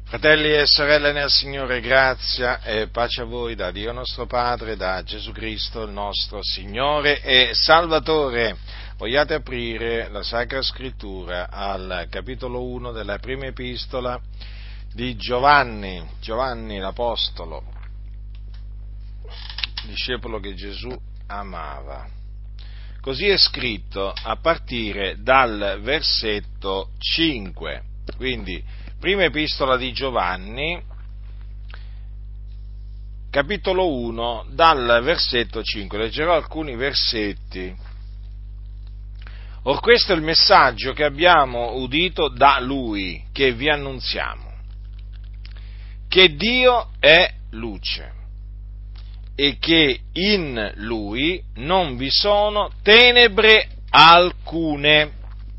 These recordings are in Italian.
Fratelli e sorelle nel Signore, grazia e pace a voi da Dio nostro Padre, da Gesù Cristo, il nostro Signore e Salvatore. Vogliate aprire la Sacra Scrittura al capitolo 1 della prima epistola di Giovanni l'Apostolo, discepolo che Gesù amava. Così è scritto a partire dal versetto 5, quindi prima epistola di Giovanni, capitolo 1, dal versetto 5. Leggerò alcuni versetti. Or questo è il messaggio che abbiamo udito da Lui, che vi annunziamo, che Dio è luce e che in Lui non vi sono tenebre alcune.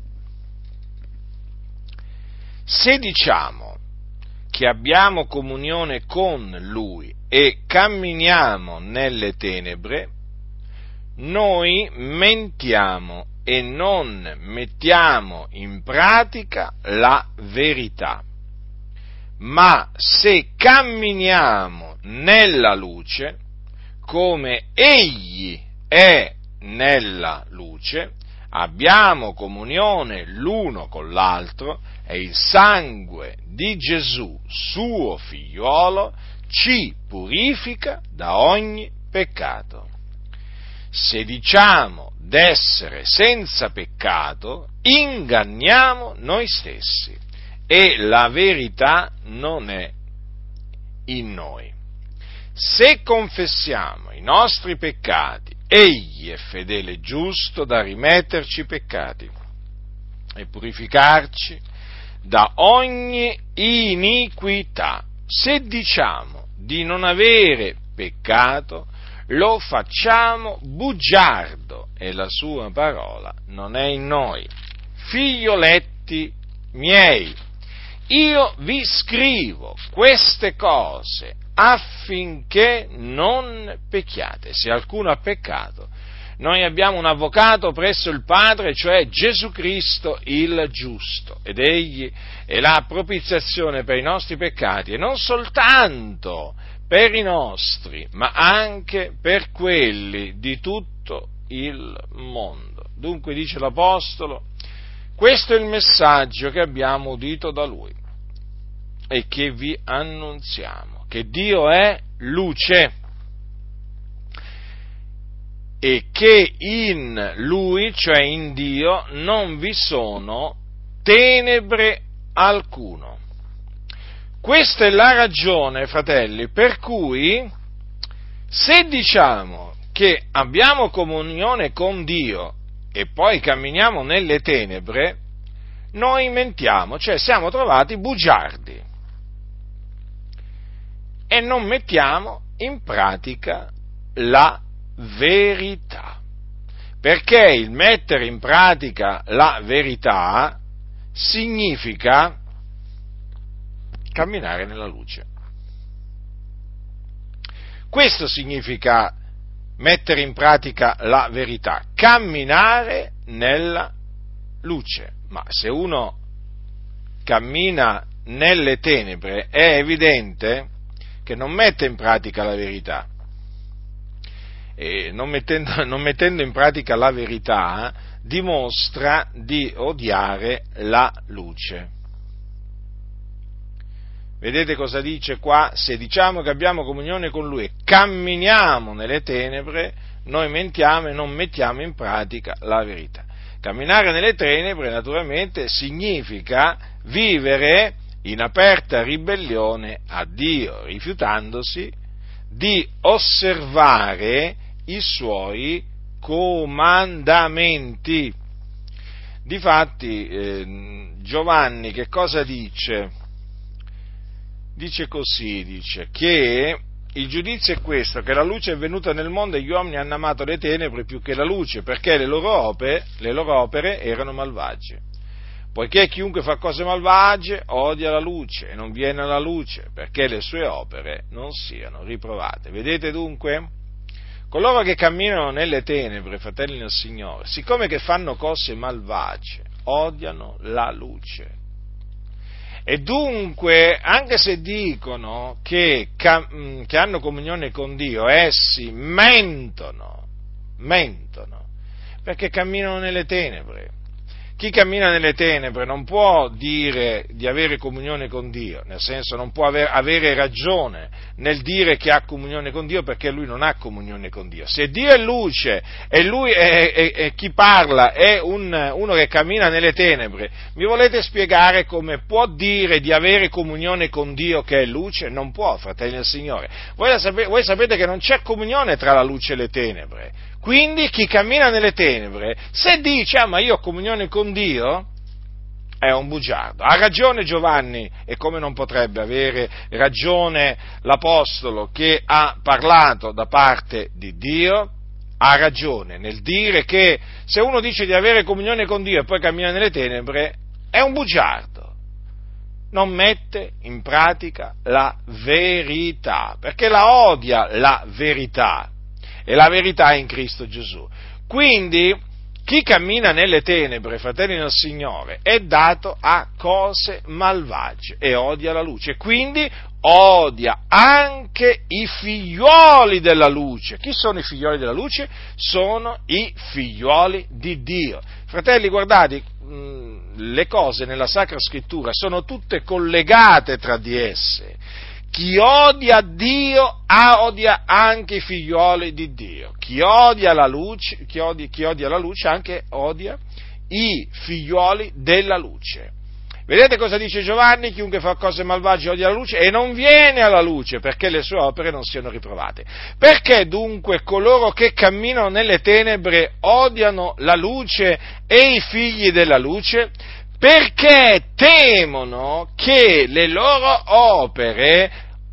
Se diciamo che abbiamo comunione con Lui e camminiamo nelle tenebre, noi mentiamo e non mettiamo in pratica la verità. Ma se camminiamo nella luce, come Egli è nella luce, abbiamo comunione l'uno con l'altro e il sangue di Gesù, suo figliuolo, ci purifica da ogni peccato. Se diciamo d'essere senza peccato, inganniamo noi stessi e la verità non è in noi. Se confessiamo i nostri peccati, Egli è fedele e giusto da rimetterci i peccati e purificarci da ogni iniquità. Se diciamo di non avere peccato, lo facciamo bugiardo e la sua parola non è in noi. Figlioletti miei, io vi scrivo queste cose affinché non pecchiate. Se alcuno ha peccato, noi abbiamo un avvocato presso il Padre, cioè Gesù Cristo il giusto, ed Egli è la propiziazione per i nostri peccati, e non soltanto per i nostri, ma anche per quelli di tutto il mondo. Dunque, dice l'Apostolo, questo è il messaggio che abbiamo udito da Lui e che vi annunziamo, che Dio è luce e che in Lui, cioè in Dio, non vi sono tenebre alcuno. Questa è la ragione, fratelli, per cui se diciamo che abbiamo comunione con Dio e poi camminiamo nelle tenebre, noi mentiamo, cioè siamo trovati bugiardi e non mettiamo in pratica la verità, perché il mettere in pratica la verità significa camminare nella luce. Questo significa mettere in pratica la verità, camminare nella luce. Ma se uno cammina nelle tenebre è evidente che non mette in pratica la verità. E non mettendo in pratica la verità dimostra di odiare la luce. Vedete cosa dice qua? Se diciamo che abbiamo comunione con Lui e camminiamo nelle tenebre, noi mentiamo e non mettiamo in pratica la verità. Camminare nelle tenebre, naturalmente, significa vivere in aperta ribellione a Dio, rifiutandosi di osservare i Suoi comandamenti. Difatti, Giovanni che cosa dice? Dice così, che il giudizio è questo, che la luce è venuta nel mondo e gli uomini hanno amato le tenebre più che la luce, perché le loro opere erano malvagie. Poiché chiunque fa cose malvagie odia la luce e non viene alla luce, perché le sue opere non siano riprovate. Vedete dunque? Coloro che camminano nelle tenebre, fratelli nel Signore, siccome che fanno cose malvagie, odiano la luce E dunque, anche se dicono che hanno comunione con Dio, essi mentono, perché camminano nelle tenebre. Chi cammina nelle tenebre non può dire di avere comunione con Dio, nel senso non può avere ragione nel dire che ha comunione con Dio, perché lui non ha comunione con Dio. Se Dio è luce e lui è chi parla è uno che cammina nelle tenebre, mi volete spiegare come può dire di avere comunione con Dio che è luce? Non può, fratelli del Signore. Voi sapete che non c'è comunione tra la luce e le tenebre. Quindi chi cammina nelle tenebre, se dice, ma io ho comunione con Dio, è un bugiardo. Ha ragione Giovanni, e come non potrebbe avere ragione l'Apostolo che ha parlato da parte di Dio, ha ragione nel dire che se uno dice di avere comunione con Dio e poi cammina nelle tenebre, è un bugiardo. Non mette in pratica la verità, perché la odia la verità. E la verità è in Cristo Gesù. Quindi, chi cammina nelle tenebre, fratelli del Signore, è dato a cose malvagie e odia la luce. Quindi odia anche i figlioli della luce. Chi sono i figlioli della luce? Sono i figlioli di Dio. Fratelli, guardate, le cose nella Sacra Scrittura sono tutte collegate tra di esse. Chi odia Dio odia anche i figlioli di Dio. Chi odia la luce anche odia i figlioli della luce. Vedete cosa dice Giovanni? Chiunque fa cose malvagie odia la luce e non viene alla luce perché le sue opere non siano riprovate. Perché dunque coloro che camminano nelle tenebre odiano la luce e i figli della luce? Perché temono che le loro opere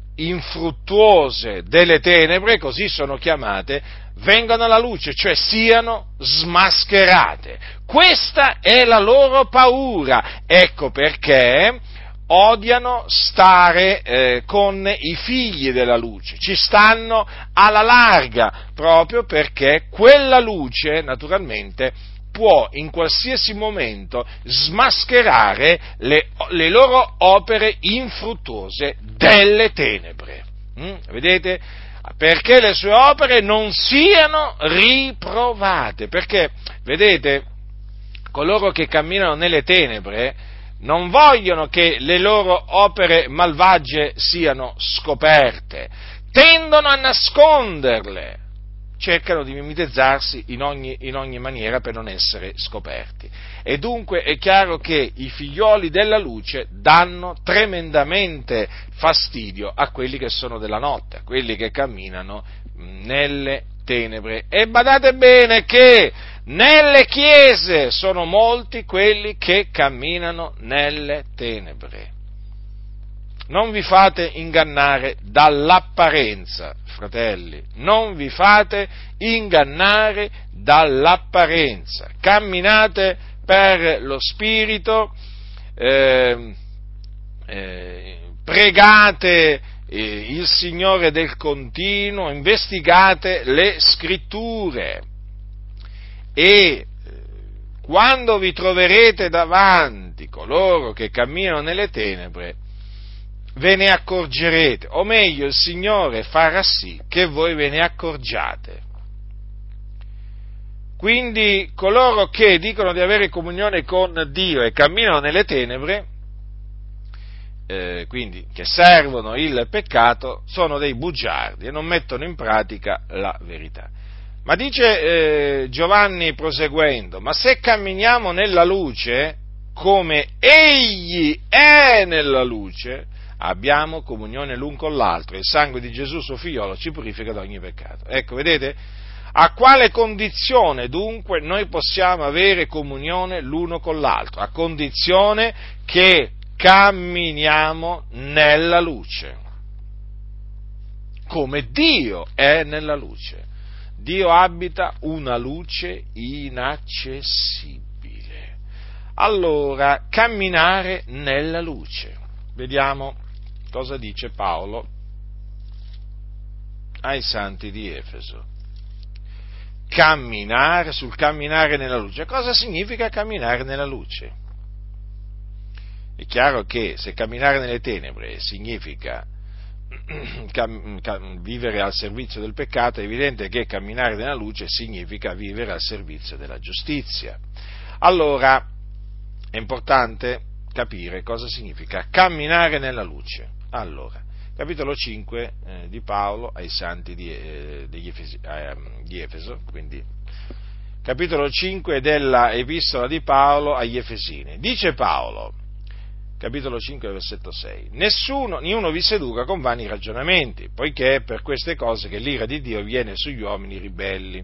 infruttuose delle tenebre, così sono chiamate, vengano alla luce, cioè siano smascherate. Questa è la loro paura. Ecco perché odiano stare con i figli della luce, ci stanno alla larga, proprio perché quella luce, naturalmente, può in qualsiasi momento smascherare le loro opere infruttuose delle tenebre. Vedete? Perché le sue opere non siano riprovate. Perché, vedete, coloro che camminano nelle tenebre non vogliono che le loro opere malvagie siano scoperte, tendono a nasconderle. Cercano di mimetizzarsi in ogni maniera per non essere scoperti. E dunque è chiaro che i figlioli della luce danno tremendamente fastidio a quelli che sono della notte, a quelli che camminano nelle tenebre. E badate bene che nelle chiese sono molti quelli che camminano nelle tenebre. Non vi fate ingannare dall'apparenza, fratelli, non vi fate ingannare dall'apparenza, camminate per lo Spirito, pregate il Signore del continuo, investigate le Scritture e quando vi troverete davanti coloro che camminano nelle tenebre, ve ne accorgerete, o meglio, il Signore farà sì che voi ve ne accorgiate. Quindi coloro che dicono di avere comunione con Dio e camminano nelle tenebre, quindi che servono il peccato, sono dei bugiardi e non mettono in pratica la verità. Ma dice Giovanni proseguendo, ma se camminiamo nella luce, come Egli è nella luce, abbiamo comunione l'un con l'altro, il sangue di Gesù suo figliolo ci purifica da ogni peccato. Ecco, vedete? A quale condizione dunque noi possiamo avere comunione l'uno con l'altro? A condizione che camminiamo nella luce, come Dio è nella luce. Dio abita una luce inaccessibile. Allora, camminare nella luce. Vediamo cosa dice Paolo ai santi di Efeso. Sul camminare nella luce. Cosa significa camminare nella luce? È chiaro che se camminare nelle tenebre significa vivere al servizio del peccato, è evidente che camminare nella luce significa vivere al servizio della giustizia. Allora, è importante capire cosa significa camminare nella luce. Allora, capitolo 5 di Paolo ai santi di Efeso, quindi capitolo 5 della epistola di Paolo agli Efesini. Dice Paolo, capitolo 5, versetto 6, niuno vi seduca con vani ragionamenti, poiché è per queste cose che l'ira di Dio viene sugli uomini ribelli.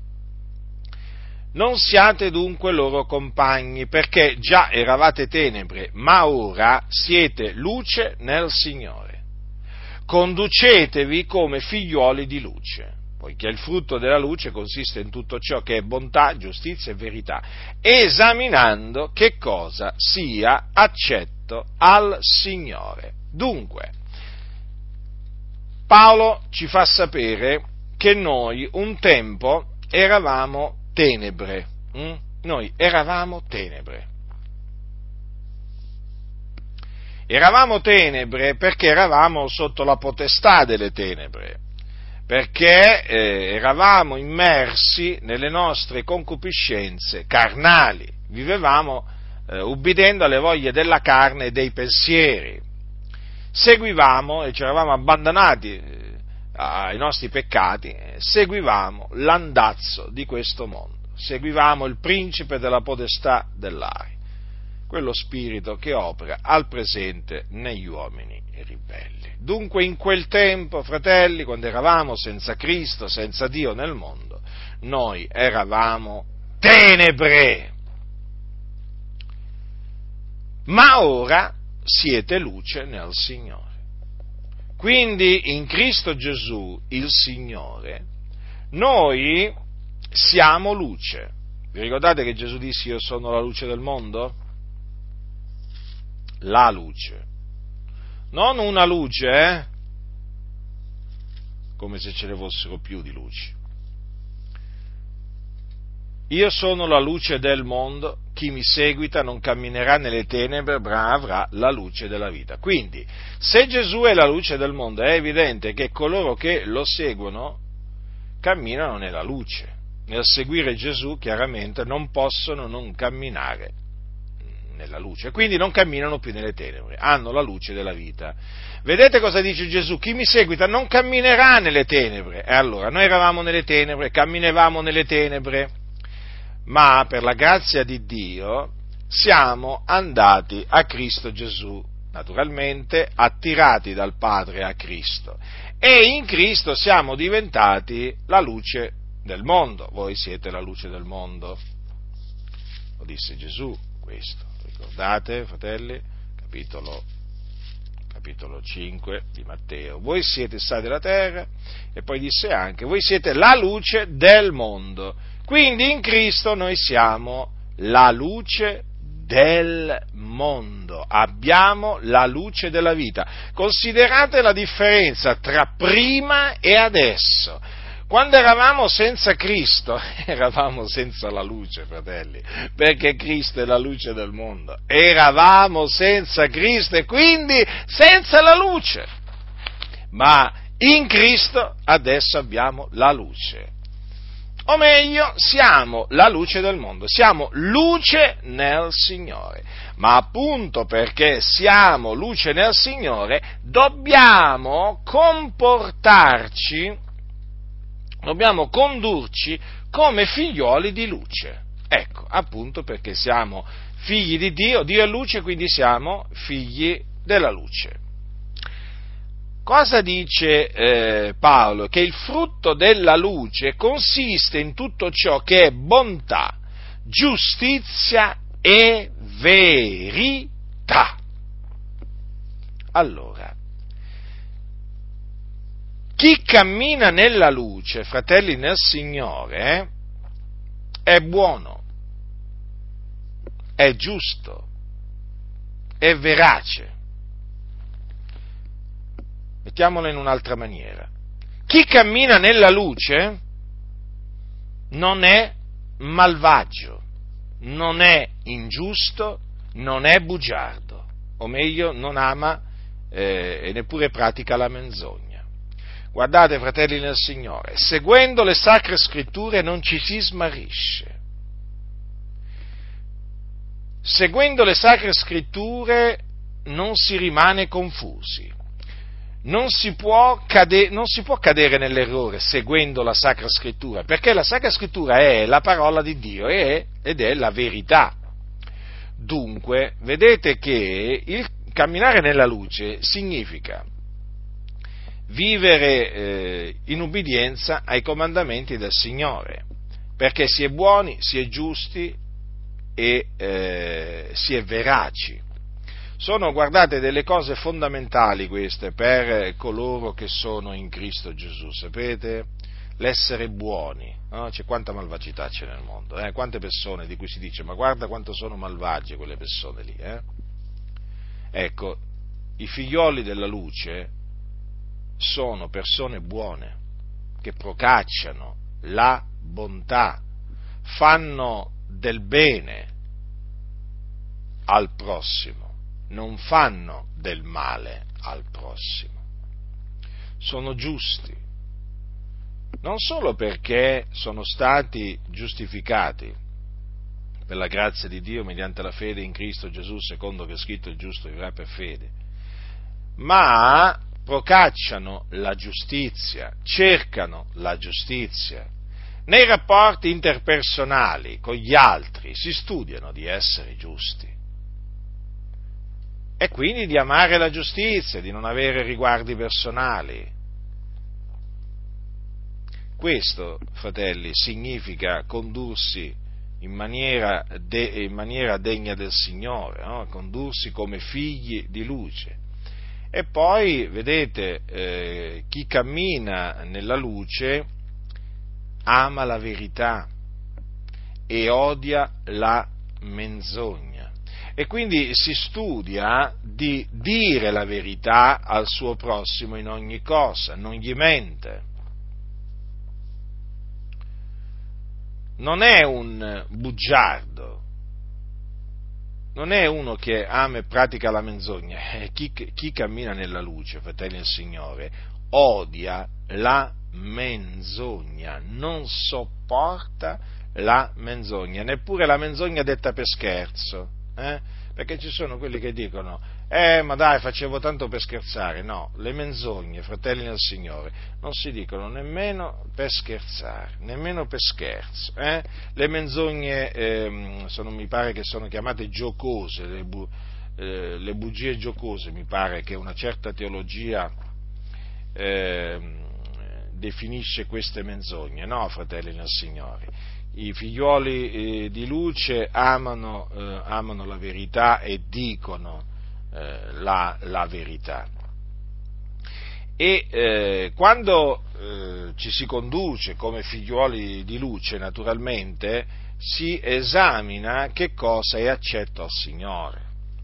Non siate dunque loro compagni, perché già eravate tenebre, ma ora siete luce nel Signore. Conducetevi come figliuoli di luce, poiché il frutto della luce consiste in tutto ciò che è bontà, giustizia e verità, esaminando che cosa sia accetto al Signore. Dunque, Paolo ci fa sapere che noi un tempo eravamo tenebre, noi eravamo tenebre. Eravamo tenebre perché eravamo sotto la potestà delle tenebre, perché eravamo immersi nelle nostre concupiscenze carnali, vivevamo ubbidendo alle voglie della carne e dei pensieri, seguivamo e ci eravamo abbandonati ai nostri peccati, seguivamo l'andazzo di questo mondo, seguivamo il principe della potestà dell'aria, quello spirito che opera al presente negli uomini ribelli. Dunque in quel tempo, fratelli, quando eravamo senza Cristo, senza Dio nel mondo, noi eravamo tenebre. Ma ora siete luce nel Signore. Quindi in Cristo Gesù, il Signore, noi siamo luce. Vi ricordate che Gesù disse: io sono la luce del mondo? La luce. Non una luce, come se ce ne fossero più di luci. Io sono la luce del mondo, chi mi seguita non camminerà nelle tenebre, ma avrà la luce della vita. Quindi, se Gesù è la luce del mondo, è evidente che coloro che lo seguono camminano nella luce. Nel seguire Gesù, chiaramente, non possono non camminare nella luce, quindi non camminano più nelle tenebre, hanno la luce della vita. Vedete cosa dice Gesù? Chi mi seguita non camminerà nelle tenebre. E allora, noi eravamo nelle tenebre, camminavamo nelle tenebre, ma per la grazia di Dio siamo andati a Cristo Gesù, naturalmente attirati dal Padre a Cristo, e in Cristo siamo diventati la luce del mondo. Voi siete la luce del mondo, lo disse Gesù questo. Ricordate, fratelli, capitolo 5 di Matteo. Voi siete il sale della terra, e poi disse anche: voi siete la luce del mondo. Quindi in Cristo noi siamo la luce del mondo, abbiamo la luce della vita. Considerate la differenza tra prima e adesso. Quando eravamo senza Cristo, eravamo senza la luce, fratelli, perché Cristo è la luce del mondo. Eravamo senza Cristo e quindi senza la luce. Ma in Cristo adesso abbiamo la luce. O meglio, siamo la luce del mondo, siamo luce nel Signore. Ma appunto perché siamo luce nel Signore, dobbiamo condurci come figlioli di luce. Ecco, appunto perché siamo figli di Dio, Dio è luce, quindi siamo figli della luce. Cosa dice Paolo? Che il frutto della luce consiste in tutto ciò che è bontà, giustizia e verità. Allora, chi cammina nella luce, fratelli nel Signore, è buono, è giusto, è verace. Mettiamola in un'altra maniera. Chi cammina nella luce non è malvagio, non è ingiusto, non è bugiardo. o meglio, non ama e neppure pratica la menzogna. Guardate, fratelli nel Signore, seguendo le Sacre Scritture non ci si smarrisce. Seguendo le Sacre Scritture non si rimane confusi. Non si può cadere nell'errore seguendo la Sacra Scrittura, perché la Sacra Scrittura è la parola di Dio ed è la verità. Dunque, vedete che il camminare nella luce significa vivere in ubbidienza ai comandamenti del Signore, perché si è buoni, si è giusti e si è veraci. Sono, guardate, delle cose fondamentali queste per coloro che sono in Cristo Gesù, sapete? L'essere buoni, no? C'è quanta malvagità c'è nel mondo, quante persone di cui si dice, ma guarda quanto sono malvagie quelle persone lì, Ecco, i figlioli della luce sono persone buone, che procacciano la bontà, fanno del bene al prossimo, non fanno del male al prossimo, sono giusti, non solo perché sono stati giustificati per la grazia di Dio mediante la fede in Cristo Gesù, secondo che è scritto il giusto vivrà per fede, ma procacciano la giustizia, cercano la giustizia. Nei rapporti interpersonali con gli altri si studiano di essere giusti e quindi di amare la giustizia, di non avere riguardi personali. Questo, fratelli, significa condursi in maniera degna del Signore, no? Condursi come figli di luce. E poi, vedete, chi cammina nella luce ama la verità e odia la menzogna. E quindi si studia di dire la verità al suo prossimo in ogni cosa, non gli mente. Non è un bugiardo, non è uno che ama e pratica la menzogna. Chi cammina nella luce, fratelli del Signore, odia la menzogna, non sopporta la menzogna, neppure la menzogna detta per scherzo. Perché ci sono quelli che dicono, ma dai, facevo tanto per scherzare. No, le menzogne, fratelli nel Signore, non si dicono nemmeno per scherzare, nemmeno per scherzo. Le menzogne mi pare che sono chiamate giocose, le bugie giocose, mi pare che una certa teologia definisce queste menzogne. No, fratelli nel Signore. I figlioli di luce amano la verità e dicono la verità. E quando ci si conduce come figlioli di luce, naturalmente, si esamina che cosa è accetto al Signore.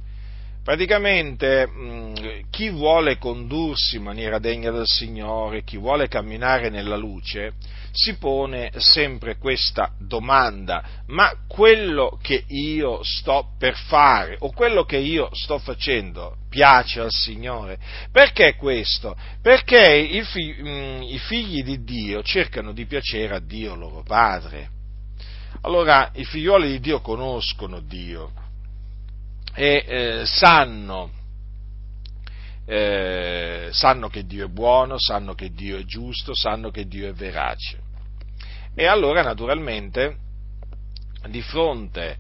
Praticamente chi vuole condursi in maniera degna del Signore, chi vuole camminare nella luce, si pone sempre questa domanda: ma quello che io sto per fare o quello che io sto facendo piace al Signore? Perché questo? Perché i figli di Dio cercano di piacere a Dio loro Padre. Allora, i figlioli di Dio conoscono Dio e sanno che Dio è buono, sanno che Dio è giusto, sanno che Dio è verace. E allora, naturalmente, di fronte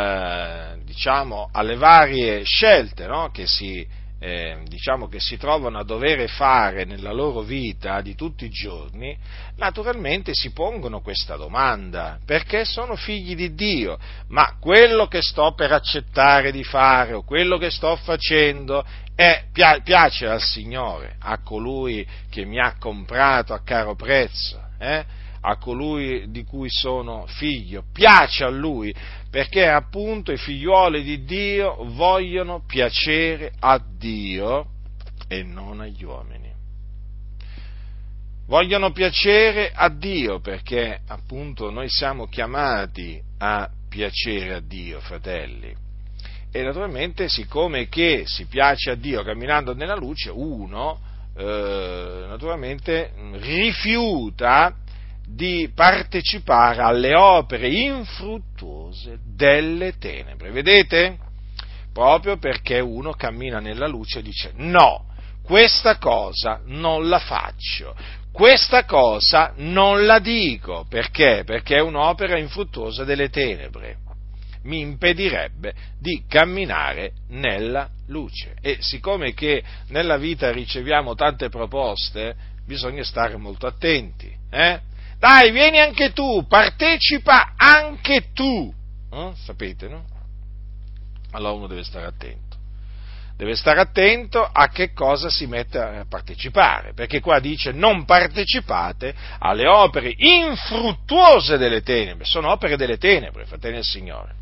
alle varie scelte, no, che si trovano a dover fare nella loro vita di tutti i giorni, naturalmente si pongono questa domanda, perché sono figli di Dio: ma quello che sto per accettare di fare o quello che sto facendo piace al Signore, a colui che mi ha comprato a caro prezzo, a colui di cui sono figlio, piace a Lui, perché appunto i figliuoli di Dio vogliono piacere a Dio e non agli uomini. Vogliono piacere a Dio perché appunto noi siamo chiamati a piacere a Dio, fratelli. E naturalmente, siccome che si piace a Dio camminando nella luce, uno naturalmente rifiuta di partecipare alle opere infruttuose delle tenebre. Vedete? Proprio perché uno cammina nella luce e dice: no, questa cosa non la faccio, questa cosa non la dico. Perché? Perché è un'opera infruttuosa delle tenebre, mi impedirebbe di camminare nella luce. E siccome che nella vita riceviamo tante proposte, bisogna stare molto attenti. Dai, vieni anche tu, partecipa anche tu. Sapete, no? Allora uno deve stare attento. Deve stare attento a che cosa si mette a partecipare, perché qua dice: non partecipate alle opere infruttuose delle tenebre. Sono opere delle tenebre, fratelli del Signore.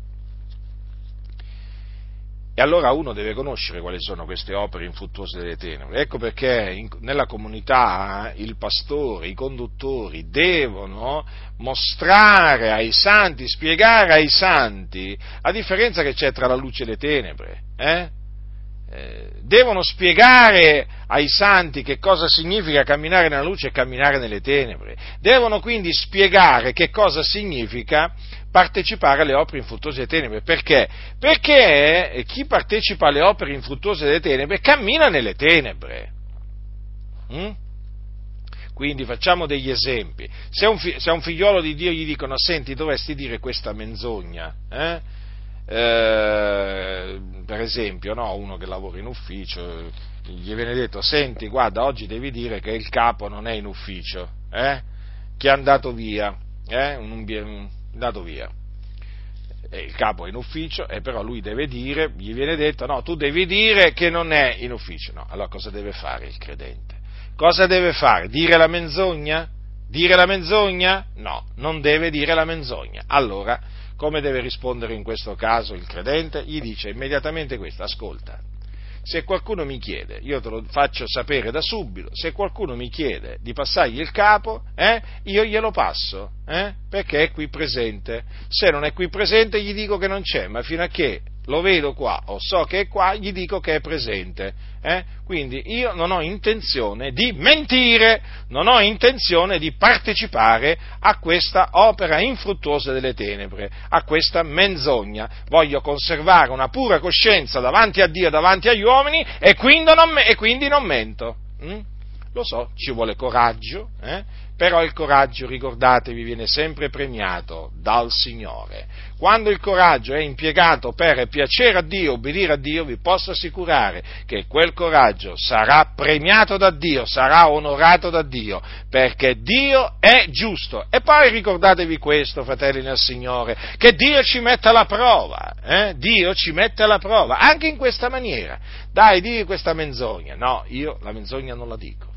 E allora uno deve conoscere quali sono queste opere infruttuose delle tenebre. Ecco perché nella comunità il pastore, i conduttori devono mostrare ai santi, spiegare ai santi la differenza che c'è tra la luce e le tenebre. Devono spiegare ai santi che cosa significa camminare nella luce e camminare nelle tenebre. Devono quindi spiegare che cosa significa partecipare alle opere infruttuose delle tenebre. Perché? Perché chi partecipa alle opere infruttuose delle tenebre cammina nelle tenebre. Quindi facciamo degli esempi. Se a un figliolo di Dio gli dicono: senti, dovresti dire questa menzogna, per esempio, no? Uno che lavora in ufficio, gli viene detto: senti, guarda, oggi devi dire che il capo non è in ufficio, che è andato via, andato via. Il capo è in ufficio, e però lui deve dire, gli viene detto: no, tu devi dire che non è in ufficio. No, allora cosa deve fare il credente? Cosa deve fare? Dire la menzogna? Dire la menzogna? No, non deve dire la menzogna. Allora, come deve rispondere in questo caso il credente? Gli dice immediatamente questo: ascolta, se qualcuno mi chiede, io te lo faccio sapere da subito, se qualcuno mi chiede di passargli il capo, io glielo passo, perché è qui presente. Se non è qui presente gli dico che non c'è, ma fino a che lo vedo qua o so che è qua, gli dico che è presente. Quindi io non ho intenzione di mentire, non ho intenzione di partecipare a questa opera infruttuosa delle tenebre, a questa menzogna. Voglio conservare una pura coscienza davanti a Dio, davanti agli uomini, e quindi non mento. Lo so, ci vuole coraggio, però il coraggio, ricordatevi, viene sempre premiato dal Signore. Quando il coraggio è impiegato per piacere a Dio, obbedire a Dio, vi posso assicurare che quel coraggio sarà premiato da Dio, sarà onorato da Dio, perché Dio è giusto. E poi ricordatevi questo, fratelli nel Signore, che Dio ci mette alla prova, Dio ci mette alla prova, anche in questa maniera. Dai, di questa menzogna. No, io la menzogna non la dico.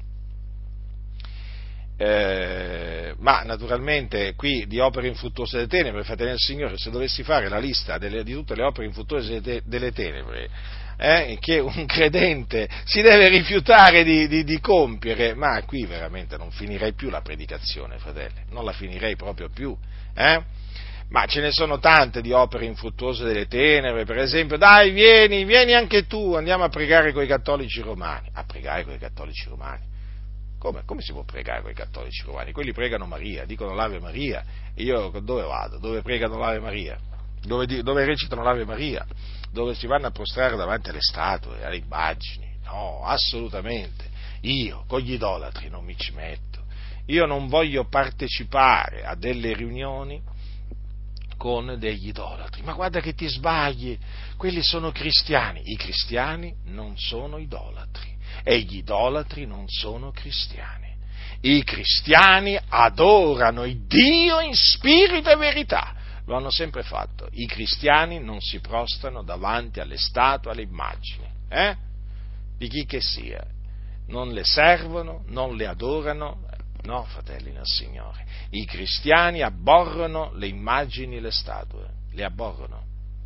Ma naturalmente qui di opere infruttuose delle tenebre, fratelli del Signore, se dovessi fare la lista di tutte le opere infruttuose delle tenebre che un credente si deve rifiutare di compiere, ma qui veramente non finirei più la predicazione, fratelli, non la finirei proprio più, ma ce ne sono tante di opere infruttuose delle tenebre. Per esempio, dai, vieni anche tu, andiamo a pregare coi cattolici romani. A pregare coi cattolici romani? Come si può pregare con i cattolici romani? Quelli pregano Maria, dicono l'Ave Maria, e io dove vado? Dove pregano l'Ave Maria? Dove recitano l'Ave Maria? Dove si vanno a prostrare davanti alle statue, alle immagini? No, assolutamente. Io con gli idolatri non mi ci metto. Io non voglio partecipare a delle riunioni con degli idolatri. Ma guarda che ti sbagli, quelli sono cristiani. I cristiani non sono idolatri. E gli idolatri non sono cristiani. I cristiani adorano il Dio in spirito e verità. Lo hanno sempre fatto. I cristiani non si prostrano davanti alle statue, alle immagini, di chi che sia. Non le servono, non le adorano. No, fratelli nel Signore. I cristiani abborrono le immagini e le statue. Le abborrono.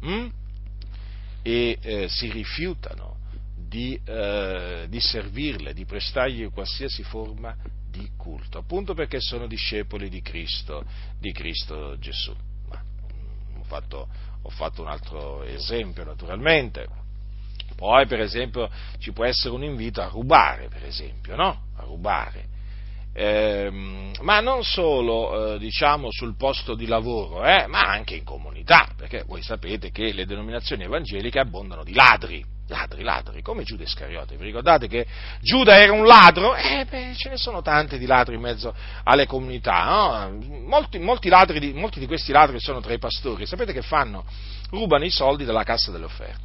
E si rifiutano di servirle, di prestargli qualsiasi forma di culto, appunto perché sono discepoli di Cristo Gesù. Ma ho fatto un altro esempio naturalmente. Poi per esempio ci può essere un invito a rubare, per esempio, no? A rubare. Ma non solo diciamo sul posto di lavoro, ma anche in comunità, perché voi sapete che le denominazioni evangeliche abbondano di ladri, come Giuda Iscariote. Vi ricordate che Giuda era un ladro? Ce ne sono tanti di ladri in mezzo alle comunità, no? Molti di questi ladri sono tra i pastori. Sapete che fanno? Rubano i soldi dalla cassa delle offerte.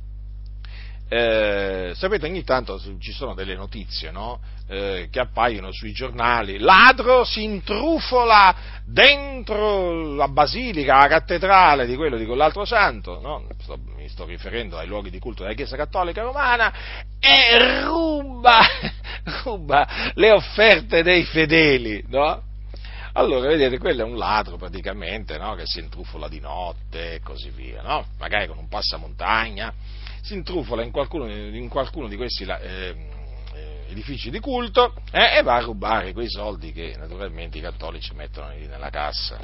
Sapete, ogni tanto ci sono delle notizie, no? Che appaiono sui giornali: ladro si intrufola dentro la basilica, la cattedrale di quell'altro santo, no? Mi sto riferendo ai luoghi di culto della Chiesa Cattolica Romana, e ruba le offerte dei fedeli, no? Allora, vedete, quello è un ladro praticamente, no? Che si intrufola di notte e così via, no? Magari con un passamontagna, si intrufola in qualcuno di questi edifici di culto e va a rubare quei soldi che naturalmente i cattolici mettono lì nella cassa.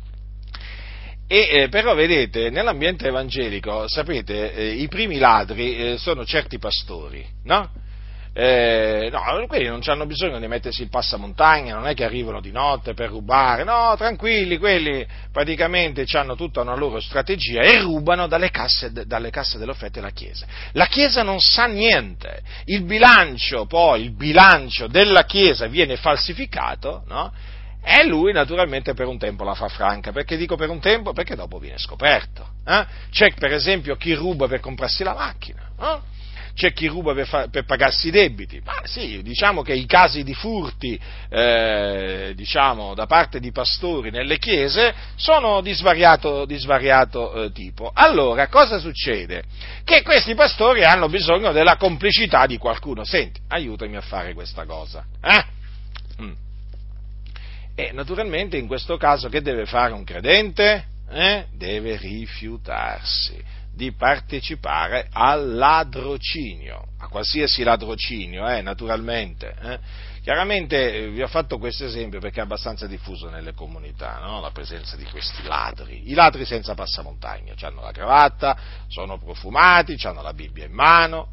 Però vedete, nell'ambiente evangelico, sapete, i primi ladri sono certi pastori, no? No, quelli non hanno bisogno di mettersi il passamontagna, non è che arrivano di notte per rubare, no, tranquilli, quelli praticamente hanno tutta una loro strategia e rubano dalle casse delle offerte della Chiesa. La Chiesa non sa niente, il bilancio della Chiesa viene falsificato, no? E lui naturalmente per un tempo la fa franca. Perché dico per un tempo? Perché dopo viene scoperto. C'è per esempio chi ruba per comprarsi la macchina, c'è chi ruba per pagarsi i debiti. Ma sì, diciamo che i casi di furti da parte di pastori nelle chiese sono di svariato tipo. Allora, cosa succede? Che questi pastori hanno bisogno della complicità di qualcuno. Senti, aiutami a fare questa cosa. E naturalmente in questo caso che deve fare un credente? Deve rifiutarsi di partecipare al ladrocinio, a qualsiasi ladrocinio, naturalmente. Chiaramente vi ho fatto questo esempio perché è abbastanza diffuso nelle comunità, no? La presenza di questi ladri. I ladri senza passamontagna, hanno la cravatta, sono profumati, hanno la Bibbia in mano,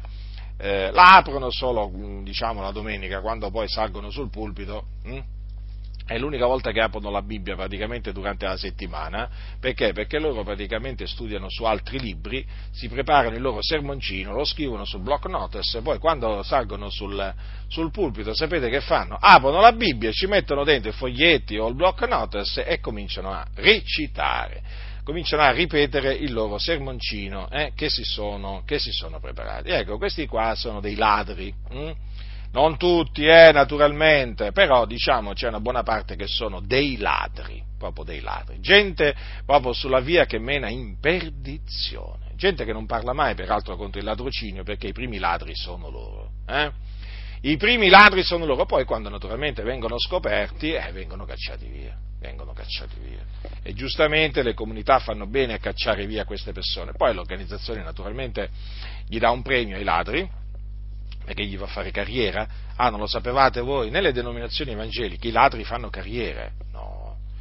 la aprono solo, la domenica, quando poi salgono sul pulpito. È l'unica volta che aprono la Bibbia praticamente durante la settimana. Perché? Perché loro praticamente studiano su altri libri, si preparano il loro sermoncino, lo scrivono sul block notes e poi quando salgono sul pulpito, sapete che fanno? Aprono la Bibbia, ci mettono dentro i foglietti o il block notes e cominciano a recitare, cominciano a ripetere il loro sermoncino che si sono preparati. Ecco, questi qua sono dei ladri. Non tutti, naturalmente, però c'è una buona parte che sono dei ladri, proprio dei ladri, gente proprio sulla via che mena in perdizione, gente che non parla mai peraltro contro il ladrocinio perché i primi ladri sono loro, I primi ladri sono loro, poi quando naturalmente vengono scoperti, vengono cacciati via. E giustamente le comunità fanno bene a cacciare via queste persone, poi l'organizzazione naturalmente gli dà un premio ai ladri, perché gli fa fare carriera? Non lo sapevate voi? Nelle denominazioni evangeliche i ladri fanno carriera? No.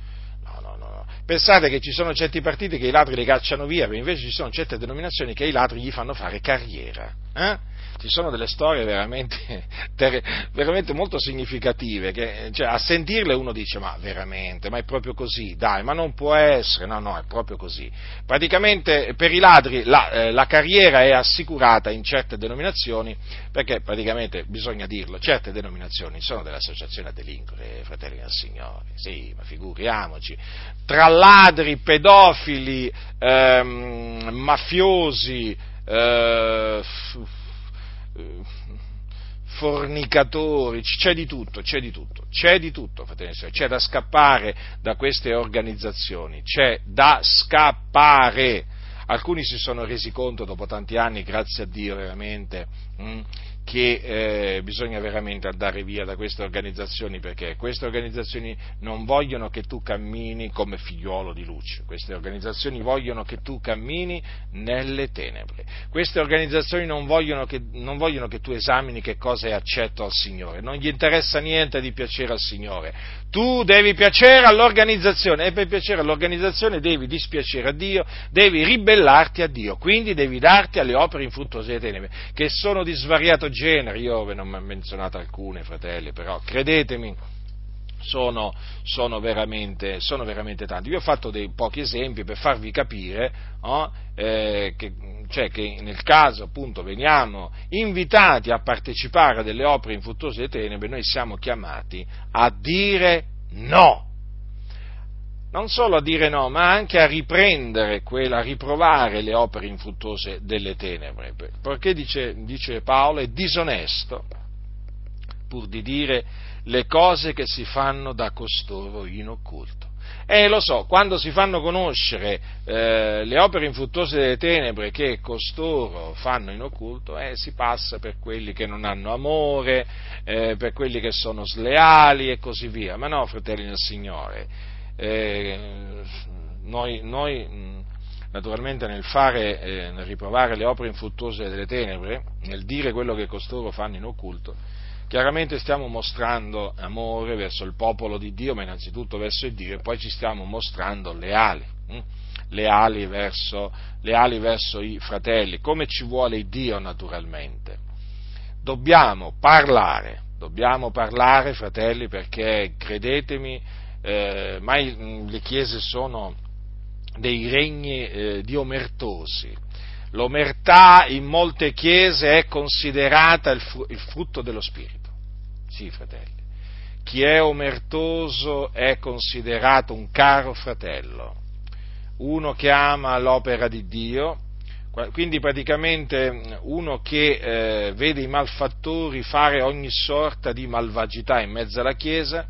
Pensate che ci sono certi partiti che i ladri li cacciano via, invece ci sono certe denominazioni che i ladri gli fanno fare carriera. Ci sono delle storie veramente molto significative, che a sentirle uno dice, ma veramente, ma è proprio così? Dai, ma non può essere, no, è proprio così. Praticamente per i ladri la carriera è assicurata in certe denominazioni, perché praticamente, bisogna dirlo, certe denominazioni sono delle associazioni a delinquere, fratelli del Signore, sì, ma figuriamoci, tra ladri, pedofili, mafiosi, fornicatori, c'è di tutto, fratelli, c'è da scappare da queste organizzazioni, c'è da scappare. Alcuni si sono resi conto dopo tanti anni, grazie a Dio veramente, che bisogna veramente andare via da queste organizzazioni, perché queste organizzazioni non vogliono che tu cammini come figliuolo di luce, queste organizzazioni vogliono che tu cammini nelle tenebre, queste organizzazioni non vogliono che tu esamini che cosa è accetto al Signore, non gli interessa niente di piacere al Signore, tu devi piacere all'organizzazione e per piacere all'organizzazione devi dispiacere a Dio, devi ribellarti a Dio, quindi devi darti alle opere infruttuose delle tenebre, che sono di svariato genere. Io ve ne ho menzionate alcune, fratelli, però credetemi, sono veramente tanti. Vi ho fatto dei pochi esempi per farvi capire che nel caso appunto veniamo invitati a partecipare a delle opere infruttuose delle tenebre, noi siamo chiamati a dire no. Non solo a dire no, ma anche a riprendere a riprovare le opere infruttuose delle tenebre, perché dice Paolo, è disonesto pur di dire le cose che si fanno da costoro in occulto. E lo so, quando si fanno conoscere le opere infruttuose delle tenebre che costoro fanno in occulto, si passa per quelli che non hanno amore, per quelli che sono sleali e così via. Ma no, fratelli nel Signore, noi naturalmente nel riprovare le opere infruttuose delle tenebre, nel dire quello che costoro fanno in occulto, chiaramente stiamo mostrando amore verso il popolo di Dio, ma innanzitutto verso il Dio, e poi ci stiamo mostrando leali verso i fratelli, come ci vuole il Dio naturalmente. Dobbiamo parlare, fratelli, perché credetemi, mai le chiese sono dei regni di omertosi. L'omertà in molte chiese è considerata il frutto dello Spirito. Sì, fratelli. Chi è omertoso è considerato un caro fratello, uno che ama l'opera di Dio, quindi praticamente uno che vede i malfattori fare ogni sorta di malvagità in mezzo alla Chiesa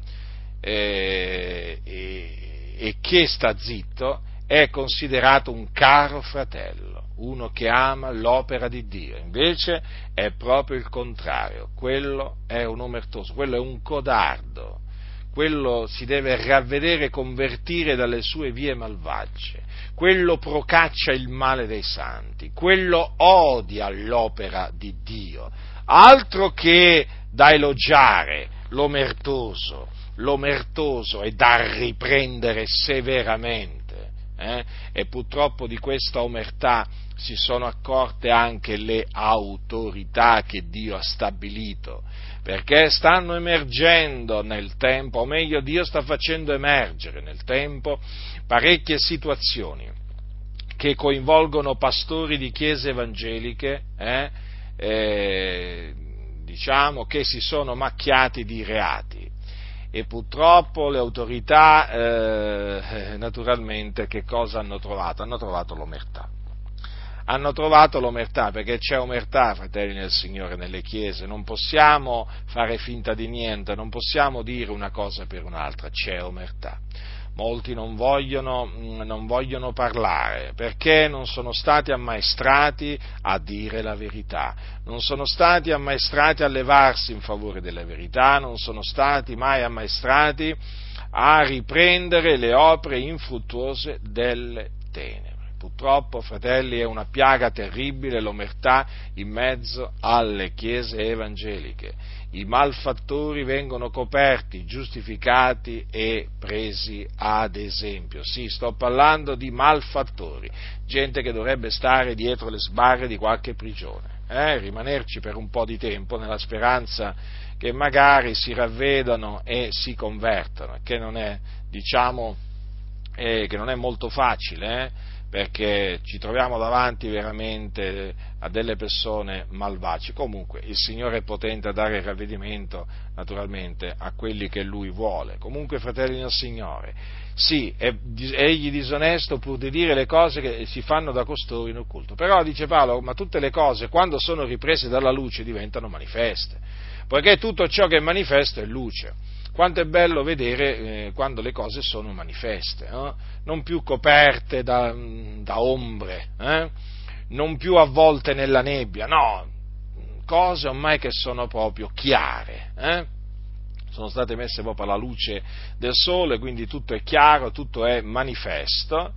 e che sta zitto, è considerato un caro fratello, uno che ama l'opera di Dio. Invece è proprio il contrario, quello è un omertoso, quello è un codardo, quello si deve ravvedere e convertire dalle sue vie malvagie, quello procaccia il male dei santi, quello odia l'opera di Dio, altro che da elogiare l'omertoso è da riprendere severamente. E purtroppo di questa omertà si sono accorte anche le autorità che Dio ha stabilito, perché stanno emergendo nel tempo, o meglio Dio sta facendo emergere nel tempo parecchie situazioni che coinvolgono pastori di chiese evangeliche, diciamo che si sono macchiati di reati. E purtroppo le autorità, naturalmente, che cosa hanno trovato? Hanno trovato l'omertà. Hanno trovato l'omertà, perché c'è omertà, fratelli nel Signore, nelle chiese. Non possiamo fare finta di niente, non possiamo dire una cosa per un'altra, c'è omertà. Molti non vogliono parlare, perché non sono stati ammaestrati a dire la verità, non sono stati ammaestrati a levarsi in favore della verità, non sono stati mai ammaestrati a riprendere le opere infruttuose delle tenebre. Purtroppo, fratelli, è una piaga terribile l'omertà in mezzo alle chiese evangeliche. I malfattori vengono coperti, giustificati e presi ad esempio. Sì, sto parlando di malfattori, gente che dovrebbe stare dietro le sbarre di qualche prigione, rimanerci per un po' di tempo nella speranza che magari si ravvedano e si convertano, che non è, che non è molto facile, perché ci troviamo davanti veramente a delle persone malvagie. Comunque il Signore è potente a dare il ravvedimento naturalmente a quelli che Lui vuole. Comunque, fratelli del Signore, sì, è egli disonesto pur di dire le cose che si fanno da costoro in occulto, però dice Paolo, ma tutte le cose quando sono riprese dalla luce diventano manifeste, poiché tutto ciò che è manifesto è luce. Quanto è bello vedere quando le cose sono manifeste, non più coperte da ombre, non più avvolte nella nebbia, no, cose ormai che sono proprio chiare, sono state messe proprio alla luce del sole, quindi tutto è chiaro, tutto è manifesto,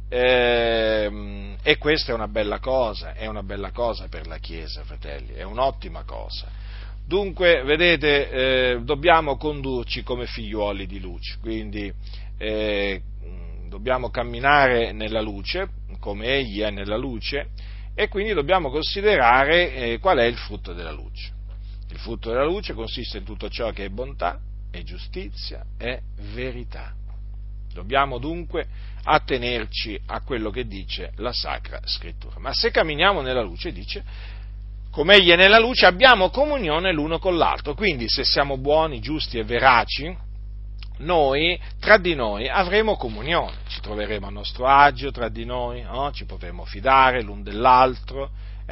e questa è una bella cosa per la Chiesa, fratelli, è un'ottima cosa. Dunque, vedete, dobbiamo condurci come figliuoli di luce, quindi dobbiamo camminare nella luce, come Egli è nella luce, e quindi dobbiamo considerare qual è il frutto della luce. Il frutto della luce consiste in tutto ciò che è bontà, è giustizia, è verità. Dobbiamo dunque attenerci a quello che dice la Sacra Scrittura. Ma se camminiamo nella luce, dice, come Egli è nella luce, abbiamo comunione l'uno con l'altro. Quindi, se siamo buoni, giusti e veraci, noi, tra di noi, avremo comunione. Ci troveremo a nostro agio tra di noi, no? Ci potremo fidare l'un dell'altro,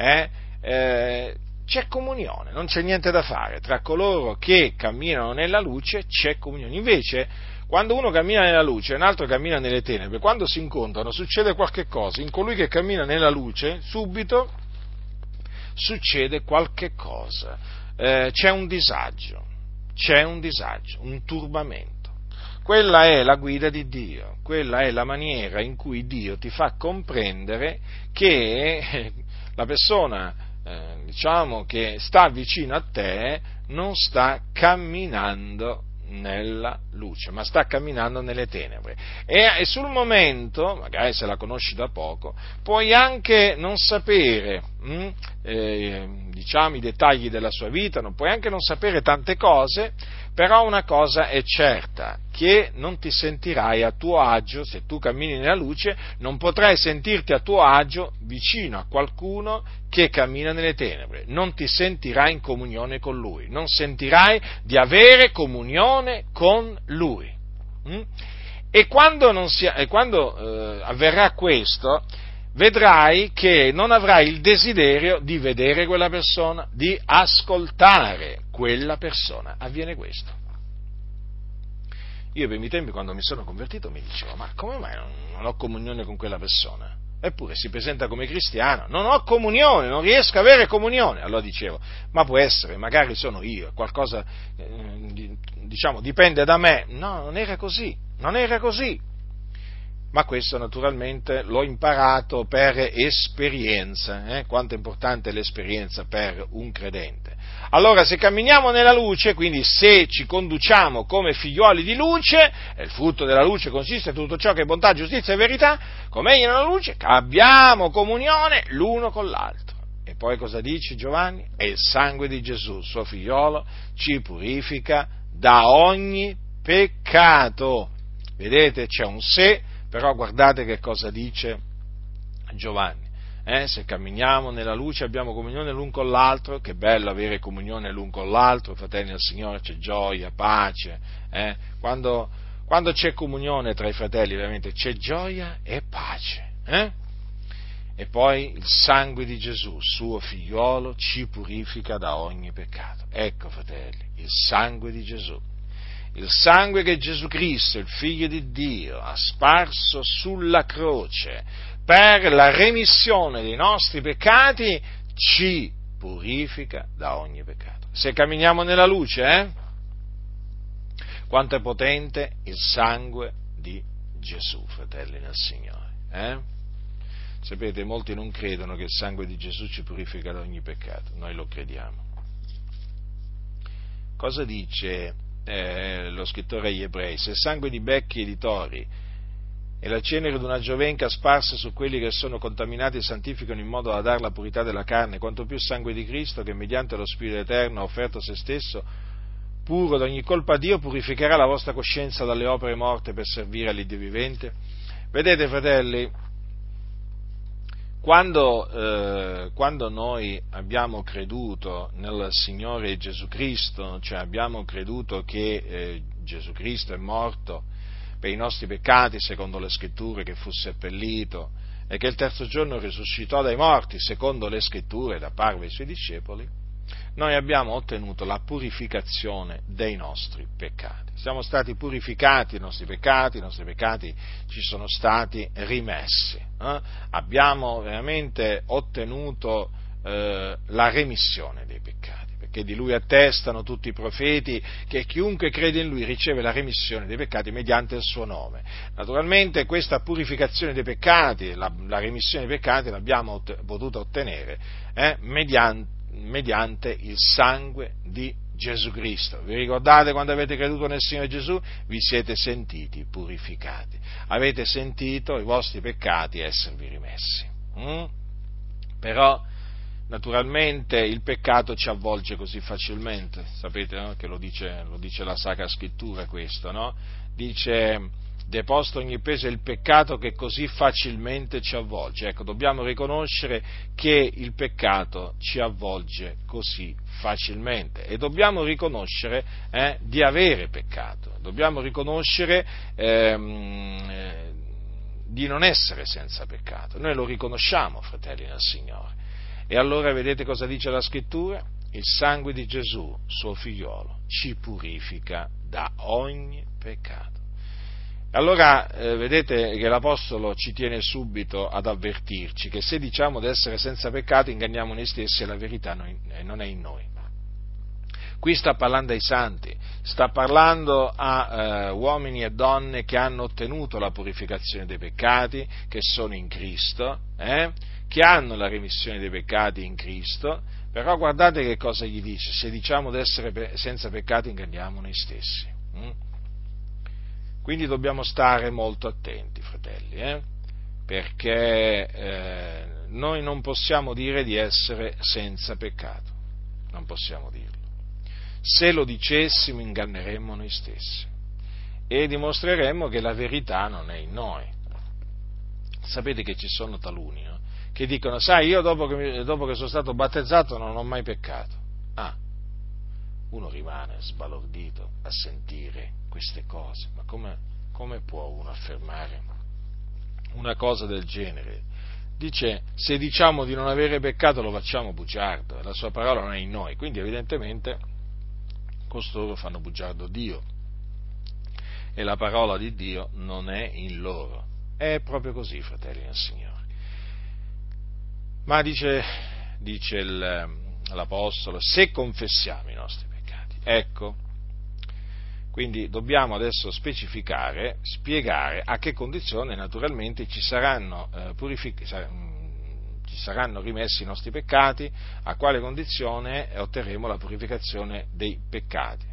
c'è comunione, non c'è niente da fare. Tra coloro che camminano nella luce c'è comunione. Invece, quando uno cammina nella luce e un altro cammina nelle tenebre, quando si incontrano succede qualche cosa. In colui che cammina nella luce, subito succede qualche cosa. C'è un disagio, un turbamento. Quella è la guida di Dio, quella è la maniera in cui Dio ti fa comprendere che la persona che sta vicino a te non sta camminando nella luce, ma sta camminando nelle tenebre, e sul momento, magari se la conosci da poco, puoi anche non sapere i dettagli della sua vita, non puoi anche non sapere tante cose, però una cosa è certa, che non ti sentirai a tuo agio. Se tu cammini nella luce, non potrai sentirti a tuo agio vicino a qualcuno che cammina nelle tenebre, non ti sentirai in comunione con lui, non sentirai di avere comunione con lui. E quando avverrà questo, vedrai che non avrai il desiderio di vedere quella persona, di ascoltare quella persona. Avviene questo. Io per i miei tempi, quando mi sono convertito, mi dicevo, ma come mai non ho comunione con quella persona? Eppure si presenta come cristiano, non ho comunione, non riesco a avere comunione. Allora dicevo, ma può essere, magari sono io, qualcosa, dipende da me. No, non era così. Ma questo naturalmente l'ho imparato per esperienza, quanto è importante l'esperienza per un credente. Allora, se camminiamo nella luce, quindi se ci conduciamo come figlioli di luce, e il frutto della luce consiste in tutto ciò che è bontà, giustizia e verità, come Egli nella luce, abbiamo comunione l'uno con l'altro. E poi cosa dice Giovanni? E il sangue di Gesù, suo figliolo, ci purifica da ogni peccato. Vedete, c'è un se, però guardate che cosa dice Giovanni. Se camminiamo nella luce abbiamo comunione l'un con l'altro. Che bello avere comunione l'un con l'altro, fratelli del Signore, c'è gioia, pace. Quando c'è comunione tra i fratelli, veramente c'è gioia e pace. E poi il sangue di Gesù, suo figliolo, ci purifica da ogni peccato. Ecco, fratelli, il sangue di Gesù. Il sangue che Gesù Cristo, il Figlio di Dio, ha sparso sulla croce per la remissione dei nostri peccati, ci purifica da ogni peccato. Se camminiamo nella luce, quanto è potente il sangue di Gesù, fratelli nel Signore. Sapete, molti non credono che il sangue di Gesù ci purifica da ogni peccato, noi lo crediamo. Cosa dice lo scrittore agli Ebrei? Se il sangue di becchi e di tori e la cenere di una giovenca sparsa su quelli che sono contaminati santificano in modo da dar la purità della carne, quanto più il sangue di Cristo, che mediante lo Spirito Eterno ha offerto se stesso puro da ogni colpa a Dio, purificherà la vostra coscienza dalle opere morte per servire all'Iddio vivente. Vedete, fratelli, quando noi abbiamo creduto nel Signore Gesù Cristo, cioè abbiamo creduto che Gesù Cristo è morto per i nostri peccati, secondo le Scritture, che fu seppellito e che il terzo giorno risuscitò dai morti, secondo le Scritture, ed apparve ai Suoi discepoli, noi abbiamo ottenuto la purificazione dei nostri peccati. Siamo stati purificati i nostri peccati ci sono stati rimessi. Abbiamo veramente ottenuto la remissione dei peccati, perché di Lui attestano tutti i profeti che chiunque crede in Lui riceve la remissione dei peccati mediante il suo nome. Naturalmente questa purificazione dei peccati, la remissione dei peccati l'abbiamo potuta ottenere mediante il sangue di Gesù Cristo. Vi ricordate quando avete creduto nel Signore Gesù? Vi siete sentiti purificati, avete sentito i vostri peccati esservi rimessi. Però naturalmente il peccato ci avvolge così facilmente, sapete, no? Che lo dice la Sacra Scrittura questo, no? Dice: deposto ogni peso è il peccato che così facilmente ci avvolge. Ecco, dobbiamo riconoscere che il peccato ci avvolge così facilmente e dobbiamo riconoscere di avere peccato, dobbiamo riconoscere di non essere senza peccato. Noi lo riconosciamo, fratelli nel Signore. E allora vedete cosa dice la Scrittura? Il sangue di Gesù, suo figliolo, ci purifica da ogni peccato. Allora vedete che l'Apostolo ci tiene subito ad avvertirci che se diciamo di essere senza peccato inganniamo noi stessi e la verità non è in noi. Qui sta parlando ai santi, sta parlando a uomini e donne che hanno ottenuto la purificazione dei peccati, che sono in Cristo, che hanno la remissione dei peccati in Cristo, però guardate che cosa gli dice: se diciamo di essere senza peccato inganniamo noi stessi. Quindi dobbiamo stare molto attenti, fratelli, perché noi non possiamo dire di essere senza peccato, non possiamo dirlo. Se lo dicessimo inganneremmo noi stessi e dimostreremmo che la verità non è in noi. Sapete che ci sono taluni, no? Che dicono: sai, io dopo che sono stato battezzato non ho mai peccato. Uno rimane sbalordito a sentire queste cose, ma come può uno affermare una cosa del genere? Dice: se diciamo di non avere peccato lo facciamo bugiardo, la sua parola non è in noi, quindi evidentemente costoro fanno bugiardo Dio e la parola di Dio non è in loro. È proprio così, fratelli nel Signore. Ma dice l'Apostolo: se confessiamo i nostri peccati, ecco, quindi dobbiamo adesso spiegare a che condizione naturalmente ci saranno rimessi i nostri peccati, a quale condizione otterremo la purificazione dei peccati.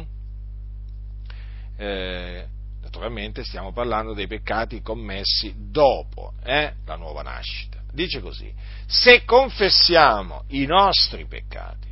Naturalmente stiamo parlando dei peccati commessi dopo la nuova nascita. Dice così: se confessiamo i nostri peccati,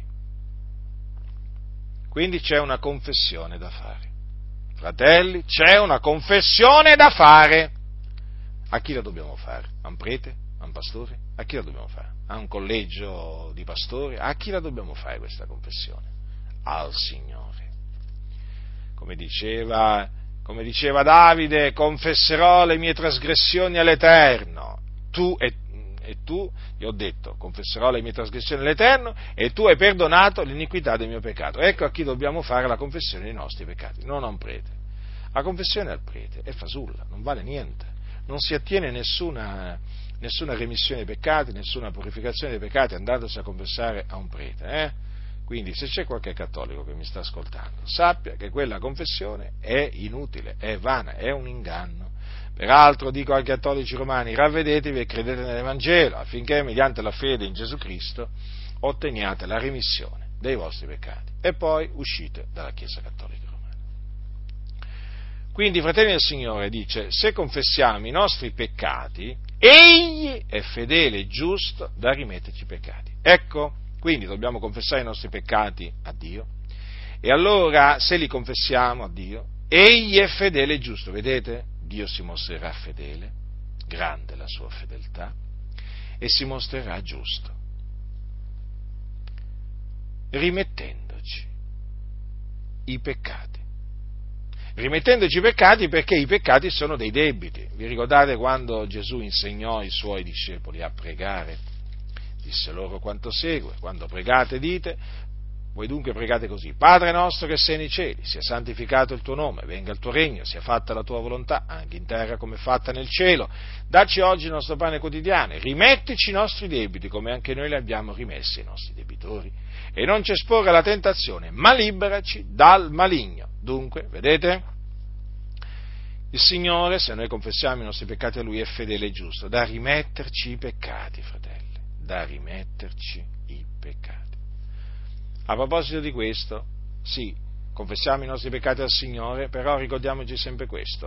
quindi c'è una confessione da fare. Fratelli, c'è una confessione da fare. A chi la dobbiamo fare? A un prete? A un pastore? A chi la dobbiamo fare? A un collegio di pastori? A chi la dobbiamo fare questa confessione? Al Signore. Come diceva Davide: confesserò le mie trasgressioni all'Eterno. Gli ho detto: confesserò le mie trasgressioni all'Eterno e tu hai perdonato l'iniquità del mio peccato. Ecco a chi dobbiamo fare la confessione dei nostri peccati, non a un prete. La confessione al prete è fasulla, non vale niente, non si ottiene nessuna remissione dei peccati, nessuna purificazione dei peccati andandosi a confessare a un prete. Quindi se c'è qualche cattolico che mi sta ascoltando, sappia che quella confessione è inutile, è vana, è un inganno. Peraltro dico ai cattolici romani: ravvedetevi e credete nell'Evangelo, affinché mediante la fede in Gesù Cristo otteniate la remissione dei vostri peccati e poi uscite dalla Chiesa Cattolica Romana. Quindi, fratelli del Signore, dice: se confessiamo i nostri peccati, Egli è fedele e giusto da rimetterci i peccati. Ecco, quindi dobbiamo confessare i nostri peccati a Dio, e allora se li confessiamo a Dio, Egli è fedele e giusto. Vedete? Dio si mostrerà fedele, grande la sua fedeltà, e si mostrerà giusto, rimettendoci i peccati. Rimettendoci i peccati perché i peccati sono dei debiti. Vi ricordate quando Gesù insegnò ai suoi discepoli a pregare? Disse loro quanto segue: quando pregate dite: Voi dunque pregate così: Padre nostro che sei nei cieli, sia santificato il tuo nome, venga il tuo regno, sia fatta la tua volontà, anche in terra come è fatta nel cielo. Dacci oggi il nostro pane quotidiano, rimettici i nostri debiti, come anche noi li abbiamo rimessi ai nostri debitori. E non ci esporre alla tentazione, ma liberaci dal maligno. Dunque, vedete? Il Signore, se noi confessiamo i nostri peccati a Lui, è fedele e giusto, da rimetterci i peccati, fratelli, da rimetterci i peccati. A proposito di questo, sì, confessiamo i nostri peccati al Signore, però ricordiamoci sempre questo,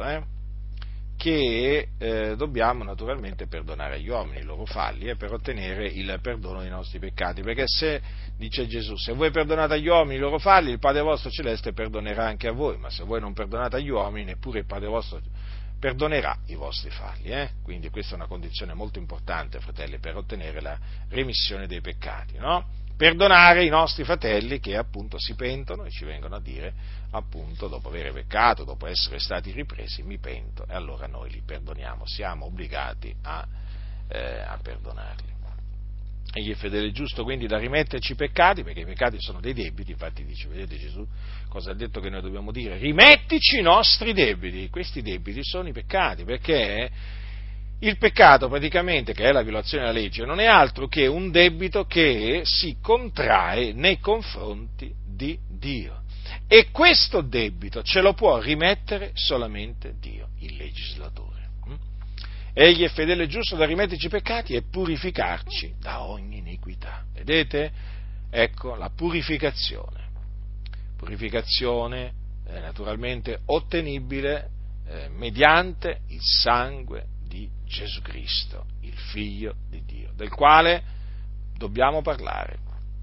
che dobbiamo naturalmente perdonare agli uomini i loro falli per ottenere il perdono dei nostri peccati, perché se, dice Gesù, se voi perdonate agli uomini i loro falli, il Padre vostro celeste perdonerà anche a voi, ma se voi non perdonate agli uomini, neppure il Padre vostro perdonerà i vostri falli. Quindi questa è una condizione molto importante, fratelli, per ottenere la remissione dei peccati, no? Perdonare i nostri fratelli che appunto si pentono e ci vengono a dire appunto dopo aver peccato, dopo essere stati ripresi, mi pento, e allora noi li perdoniamo, siamo obbligati a perdonarli. Egli è fedele e giusto quindi da rimetterci i peccati, perché i peccati sono dei debiti, infatti dice, vedete Gesù cosa ha detto che noi dobbiamo dire? Rimettici i nostri debiti, questi debiti sono i peccati, perché il peccato praticamente, che è la violazione della legge, non è altro che un debito che si contrae nei confronti di Dio. E questo debito ce lo può rimettere solamente Dio, il legislatore. Egli è fedele e giusto da rimetterci i peccati e purificarci da ogni iniquità. Vedete? Ecco la purificazione. Purificazione naturalmente ottenibile mediante il sangue di Gesù Cristo, il Figlio di Dio, del quale dobbiamo parlare,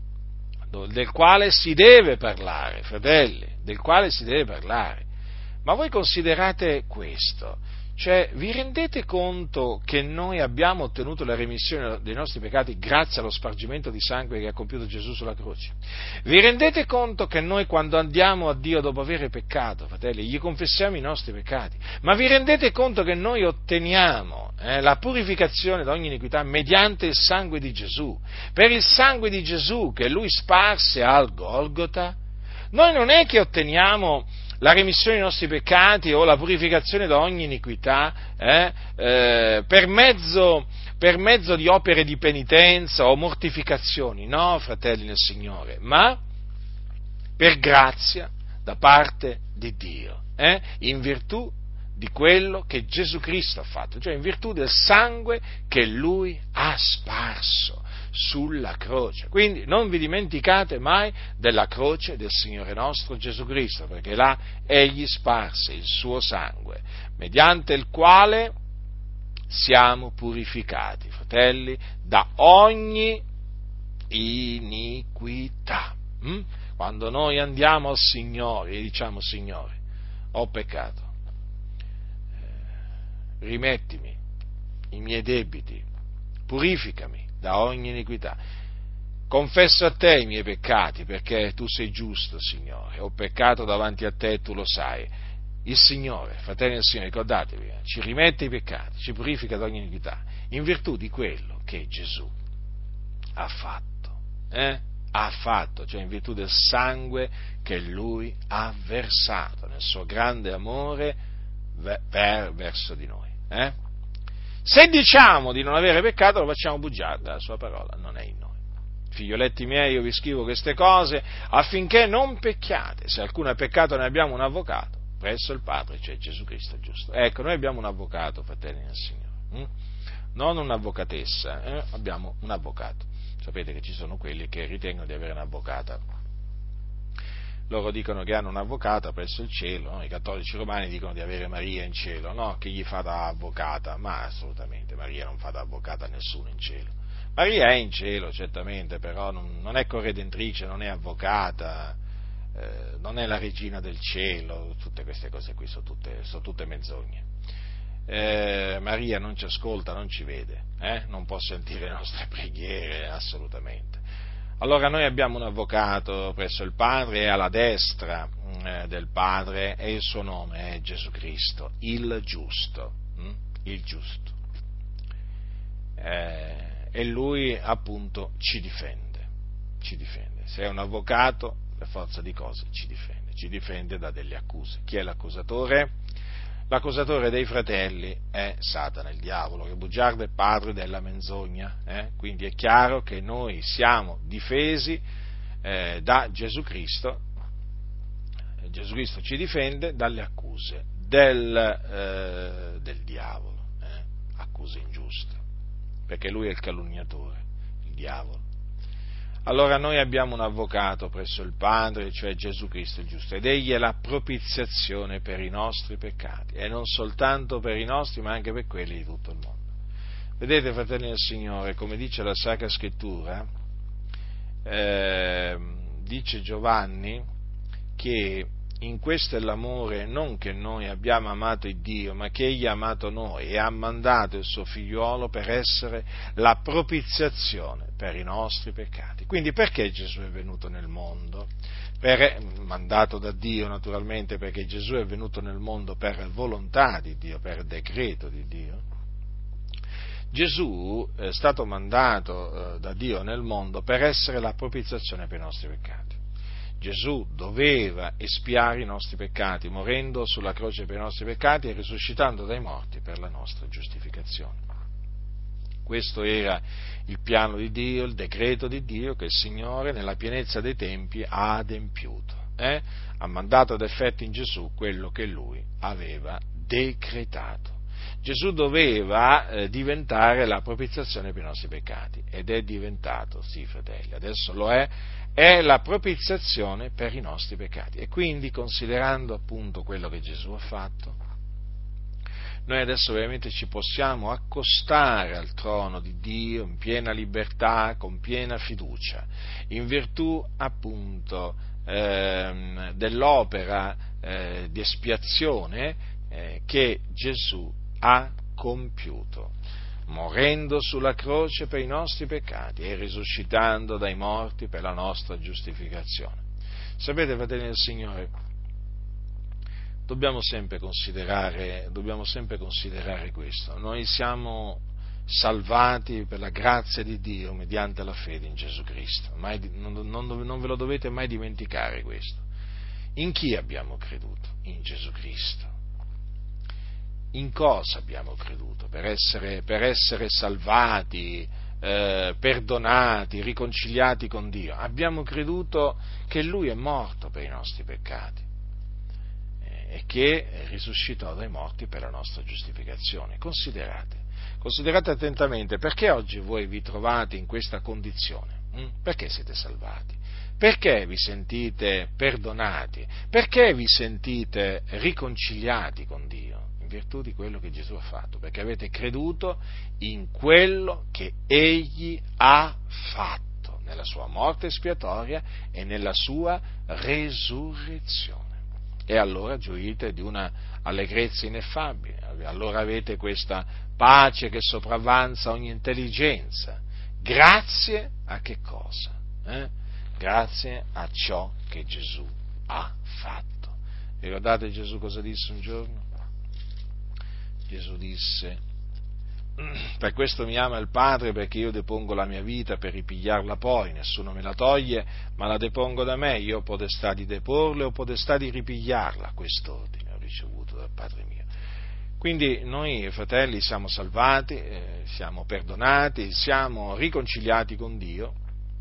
del quale si deve parlare, fratelli, del quale si deve parlare. Ma voi considerate questo, cioè vi rendete conto che noi abbiamo ottenuto la remissione dei nostri peccati grazie allo spargimento di sangue che ha compiuto Gesù sulla croce? Vi rendete conto che noi quando andiamo a Dio dopo aver peccato, fratelli, gli confessiamo i nostri peccati? Ma vi rendete conto che noi otteniamo la purificazione da ogni iniquità mediante il sangue di Gesù? Per il sangue di Gesù che Lui sparse al Golgota, noi non è che otteniamo la remissione dei nostri peccati o la purificazione da ogni iniquità per mezzo di opere di penitenza o mortificazioni, no, fratelli nel Signore, ma per grazia da parte di Dio, in virtù di quello che Gesù Cristo ha fatto, cioè in virtù del sangue che Lui ha sparso sulla croce. Quindi non vi dimenticate mai della croce del Signore nostro Gesù Cristo, perché là Egli sparse il suo sangue, mediante il quale siamo purificati, fratelli, da ogni iniquità. Quando noi andiamo al Signore e diciamo: Signore, ho peccato, rimettimi i miei debiti, purificami da ogni iniquità, confesso a te i miei peccati, perché tu sei giusto, Signore, ho peccato davanti a te, tu lo sai. Il Signore, fratelli del Signore, ricordatevi, ci rimette i peccati, ci purifica da ogni iniquità, in virtù di quello che Gesù ha fatto, ha fatto, cioè in virtù del sangue che Lui ha versato nel suo grande amore verso di noi. Se diciamo di non avere peccato, lo facciamo bugiarda, la sua parola non è in noi. Figlioletti miei, io vi scrivo queste cose affinché non pecchiate. Se alcuno ha peccato, ne abbiamo un avvocato presso il Padre, cioè Gesù Cristo giusto. Ecco, noi abbiamo un avvocato, fratelli nel Signore, non un'avvocatessa, abbiamo un avvocato. Sapete che ci sono quelli che ritengono di avere un'avvocata. Loro dicono che hanno un'avvocata presso il cielo, no? I cattolici romani dicono di avere Maria in cielo, no? Che gli fa da avvocata, ma assolutamente Maria non fa da avvocata a nessuno in cielo. Maria è in cielo, certamente, però non è corredentrice, non è avvocata, non è la regina del cielo, tutte queste cose qui sono tutte menzogne. Maria non ci ascolta, non ci vede, non può sentire le nostre preghiere, assolutamente. Allora noi abbiamo un avvocato presso il Padre, è alla destra del Padre, e il suo nome è Gesù Cristo, il giusto, il giusto. E Lui appunto ci difende. ci difende. Se è un avvocato, per forza di cose, ci difende da delle accuse. Chi è l'accusatore? L'accusatore dei fratelli è Satana, il diavolo, che bugiardo è padre della menzogna. Quindi è chiaro che noi siamo difesi da Gesù Cristo. Gesù Cristo ci difende dalle accuse del diavolo, accuse ingiuste, perché lui è il calunniatore, il diavolo. Allora noi abbiamo un avvocato presso il Padre, cioè Gesù Cristo il giusto, ed egli è la propiziazione per i nostri peccati, e non soltanto per i nostri, ma anche per quelli di tutto il mondo. Vedete, fratelli del Signore, come dice la Sacra Scrittura, dice Giovanni che in questo è l'amore, non che noi abbiamo amato il Dio, ma che Egli ha amato noi e ha mandato il suo figliuolo per essere la propiziazione per i nostri peccati. Quindi perché Gesù è venuto nel mondo? Mandato da Dio naturalmente, perché Gesù è venuto nel mondo per volontà di Dio, per decreto di Dio. Gesù è stato mandato da Dio nel mondo per essere la propiziazione per i nostri peccati. Gesù doveva espiare i nostri peccati, morendo sulla croce per i nostri peccati e risuscitando dai morti per la nostra giustificazione. Questo era il piano di Dio, il decreto di Dio che il Signore nella pienezza dei tempi ha adempiuto. Ha mandato ad effetto in Gesù quello che Lui aveva decretato. Gesù doveva diventare la propiziazione per i nostri peccati, ed è diventato, sì fratelli, adesso lo è la propiziazione per i nostri peccati. E quindi, considerando appunto quello che Gesù ha fatto, noi adesso veramente ci possiamo accostare al trono di Dio in piena libertà, con piena fiducia, in virtù appunto dell'opera di espiazione che Gesù ha compiuto, morendo sulla croce per i nostri peccati e risuscitando dai morti per la nostra giustificazione. Sapete, fratelli del Signore, dobbiamo sempre considerare questo. Noi siamo salvati per la grazia di Dio mediante la fede in Gesù Cristo. Non ve lo dovete mai dimenticare questo. In chi abbiamo creduto? In Gesù Cristo. In cosa abbiamo creduto per essere salvati, perdonati, riconciliati con Dio? Abbiamo creduto che Lui è morto per i nostri peccati e che risuscitò dai morti per la nostra giustificazione. Considerate attentamente, perché oggi voi vi trovate in questa condizione? Perché siete salvati? Perché vi sentite perdonati? Perché vi sentite riconciliati con Dio? In virtù di quello che Gesù ha fatto, perché avete creduto in quello che Egli ha fatto, nella sua morte espiatoria e nella sua resurrezione. E allora gioite di una allegrezza ineffabile, allora avete questa pace che sopravvanza ogni intelligenza. Grazie a che cosa? Grazie a ciò che Gesù ha fatto. Ricordate Gesù cosa disse un giorno? Gesù disse: per questo mi ama il Padre, perché io depongo la mia vita per ripigliarla poi, nessuno me la toglie, ma la depongo da me, io ho potestà di deporla e ho potestà di ripigliarla, quest'ordine ho ricevuto dal Padre mio. Quindi noi, fratelli, siamo salvati, siamo perdonati, siamo riconciliati con Dio,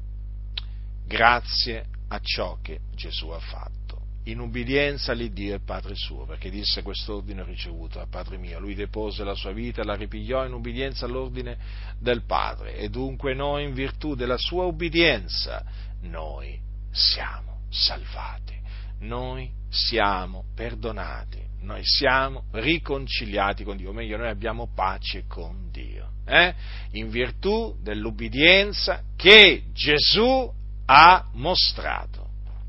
grazie a ciò che Gesù ha fatto, in ubbidienza all'Iddio e Padre suo, perché disse: quest'ordine ho ricevuto dal Padre mio. Lui depose la sua vita e la ripigliò in ubbidienza all'ordine del Padre, e dunque noi, in virtù della sua ubbidienza, noi siamo salvati, noi siamo perdonati, noi siamo riconciliati con Dio, o meglio, noi abbiamo pace con Dio, in virtù dell'ubbidienza che Gesù ha mostrato.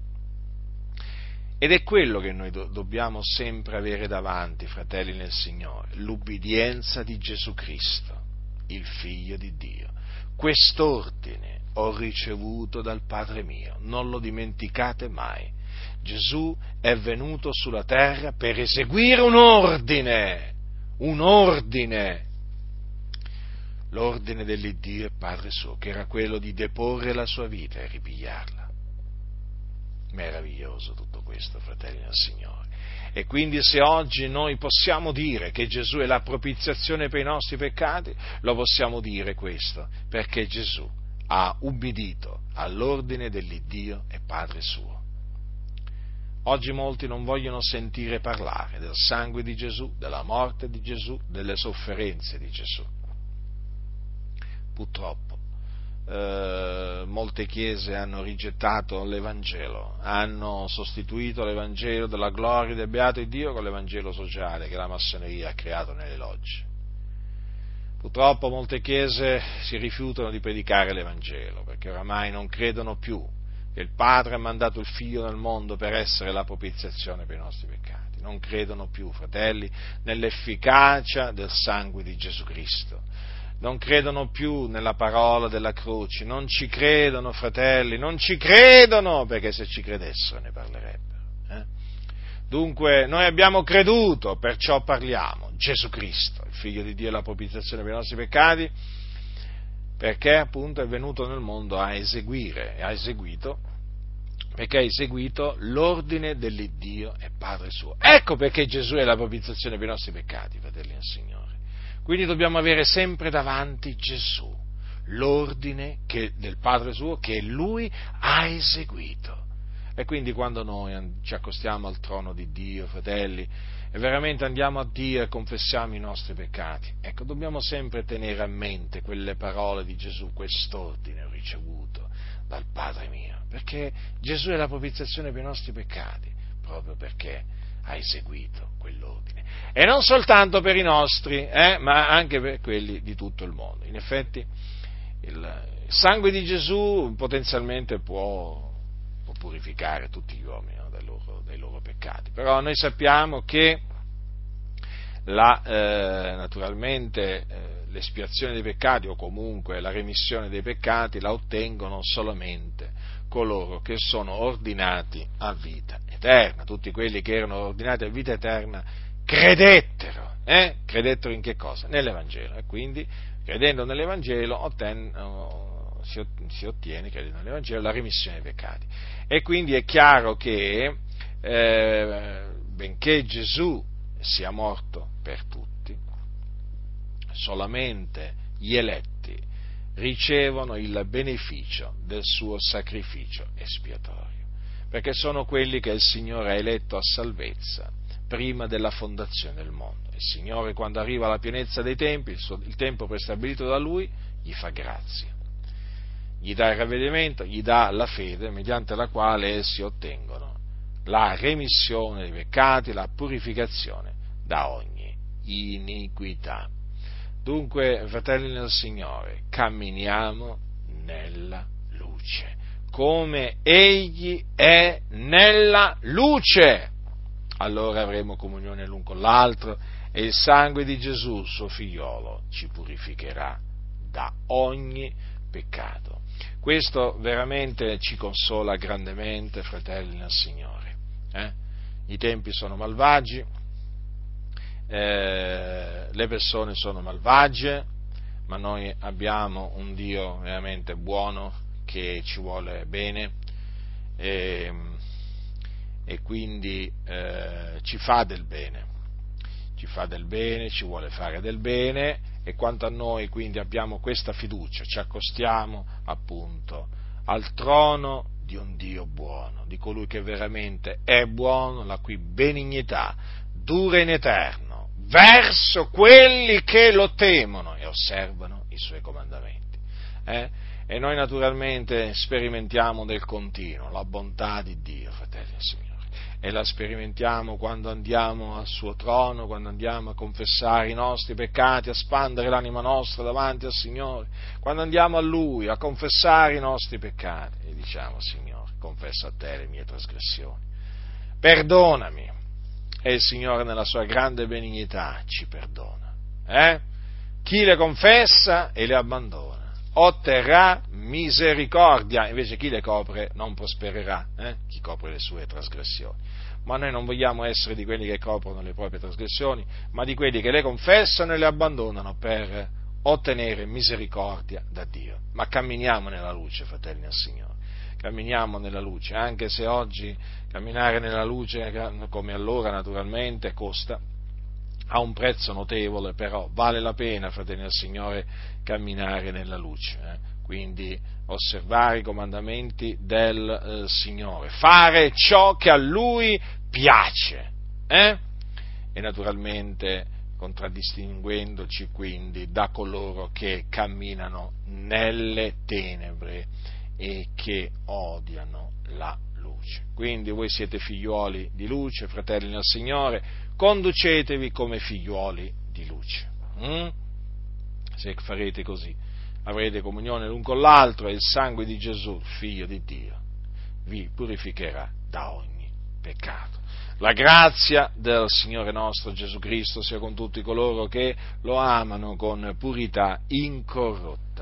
Ed è quello che noi dobbiamo sempre avere davanti, fratelli nel Signore, l'ubbidienza di Gesù Cristo, il Figlio di Dio. Quest'ordine ho ricevuto dal Padre mio, non lo dimenticate mai. Gesù è venuto sulla terra per eseguire un ordine, l'ordine dell'Iddio e Padre suo, che era quello di deporre la sua vita e ripigliarla. Meraviglioso tutto questo, fratelli del Signore. E quindi se oggi noi possiamo dire che Gesù è la propiziazione per i nostri peccati, lo possiamo dire questo, perché Gesù ha ubbidito all'ordine dell'Iddio e Padre suo. Oggi molti non vogliono sentire parlare del sangue di Gesù, della morte di Gesù, delle sofferenze di Gesù. Purtroppo molte chiese hanno rigettato l'Evangelo, hanno sostituito l'Evangelo della gloria del beato Dio con l'Evangelo sociale che la massoneria ha creato nelle logge. Purtroppo molte chiese si rifiutano di predicare l'Evangelo perché oramai non credono più che il Padre ha mandato il Figlio nel mondo per essere la propiziazione per i nostri peccati. Non credono più, fratelli, nell'efficacia del sangue di Gesù Cristo. Non credono più nella parola della croce, non ci credono, fratelli, non ci credono, perché se ci credessero ne parlerebbero. Dunque, noi abbiamo creduto, perciò parliamo. Gesù Cristo, il Figlio di Dio e la propiziazione per i nostri peccati, perché appunto è venuto nel mondo a eseguire, e ha eseguito, perché ha eseguito l'ordine dell'Iddio e Padre suo. Ecco perché Gesù è la propiziazione per i nostri peccati, fratelli del Signore. Quindi dobbiamo avere sempre davanti Gesù, l'ordine del Padre suo che Lui ha eseguito. E quindi quando noi ci accostiamo al trono di Dio, fratelli, e veramente andiamo a Dio e confessiamo i nostri peccati, ecco, dobbiamo sempre tenere a mente quelle parole di Gesù: quest'ordine ho ricevuto dal Padre mio, perché Gesù è la propiziazione per i nostri peccati, proprio perché ha eseguito quell'ordine. E non soltanto per i nostri, ma anche per quelli di tutto il mondo. In effetti il sangue di Gesù potenzialmente può purificare tutti gli uomini, no, dai loro peccati, però noi sappiamo che naturalmente l'espiazione dei peccati, o comunque la remissione dei peccati, la ottengono solamente coloro che sono ordinati a vita eterna. Tutti quelli che erano ordinati a vita eterna credettero in che cosa? Nell'Evangelo, e quindi credendo nell'Evangelo si ottiene, credendo nell'Evangelo, la remissione dei peccati. E quindi è chiaro che benché Gesù sia morto per tutti, solamente gli eletti ricevono il beneficio del suo sacrificio espiatorio, perché sono quelli che il Signore ha eletto a salvezza prima della fondazione del mondo. Il Signore, quando arriva alla pienezza dei tempi, il tempo prestabilito da Lui, gli fa grazia, gli dà il ravvedimento, gli dà la fede, mediante la quale essi ottengono la remissione dei peccati, la purificazione da ogni iniquità. Dunque, fratelli nel Signore, camminiamo nella luce, come Egli è nella luce. Allora avremo comunione l'un con l'altro e il sangue di Gesù, suo figliolo, ci purificherà da ogni peccato. Questo veramente ci consola grandemente, fratelli nel Signore. I tempi sono malvagi, le persone sono malvagie, ma noi abbiamo un Dio veramente buono che ci vuole bene e quindi ci fa del bene, ci vuole fare del bene, e quanto a noi quindi abbiamo questa fiducia, ci accostiamo appunto al trono di un Dio buono, di colui che veramente è buono, la cui benignità dura in eterno verso quelli che lo temono e osservano i suoi comandamenti. E noi naturalmente sperimentiamo del continuo la bontà di Dio, fratelli e signori, e la sperimentiamo quando andiamo al suo trono, quando andiamo a confessare i nostri peccati, a spandere l'anima nostra davanti al Signore, quando andiamo a Lui a confessare i nostri peccati e diciamo: Signore, confesso a te le mie trasgressioni, perdonami. E il Signore nella sua grande benignità ci perdona. Chi le confessa e le abbandona otterrà misericordia, invece chi le copre non prospererà, chi copre le sue trasgressioni. Ma noi non vogliamo essere di quelli che coprono le proprie trasgressioni, ma di quelli che le confessano e le abbandonano per ottenere misericordia da Dio. Ma camminiamo nella luce, fratelli del Signore, camminiamo nella luce, anche se oggi camminare nella luce, come allora naturalmente, ha un prezzo notevole, però vale la pena, fratelli del Signore, camminare nella luce, quindi osservare i comandamenti del Signore, fare ciò che a Lui piace, e naturalmente contraddistinguendoci quindi da coloro che camminano nelle tenebre e che odiano la luce. Quindi voi siete figliuoli di luce, fratelli nel Signore, conducetevi come figliuoli di luce. Se farete così, avrete comunione l'un con l'altro e il sangue di Gesù, figlio di Dio, vi purificherà da ogni peccato. La grazia del Signore nostro Gesù Cristo sia con tutti coloro che lo amano con purità incorrotta.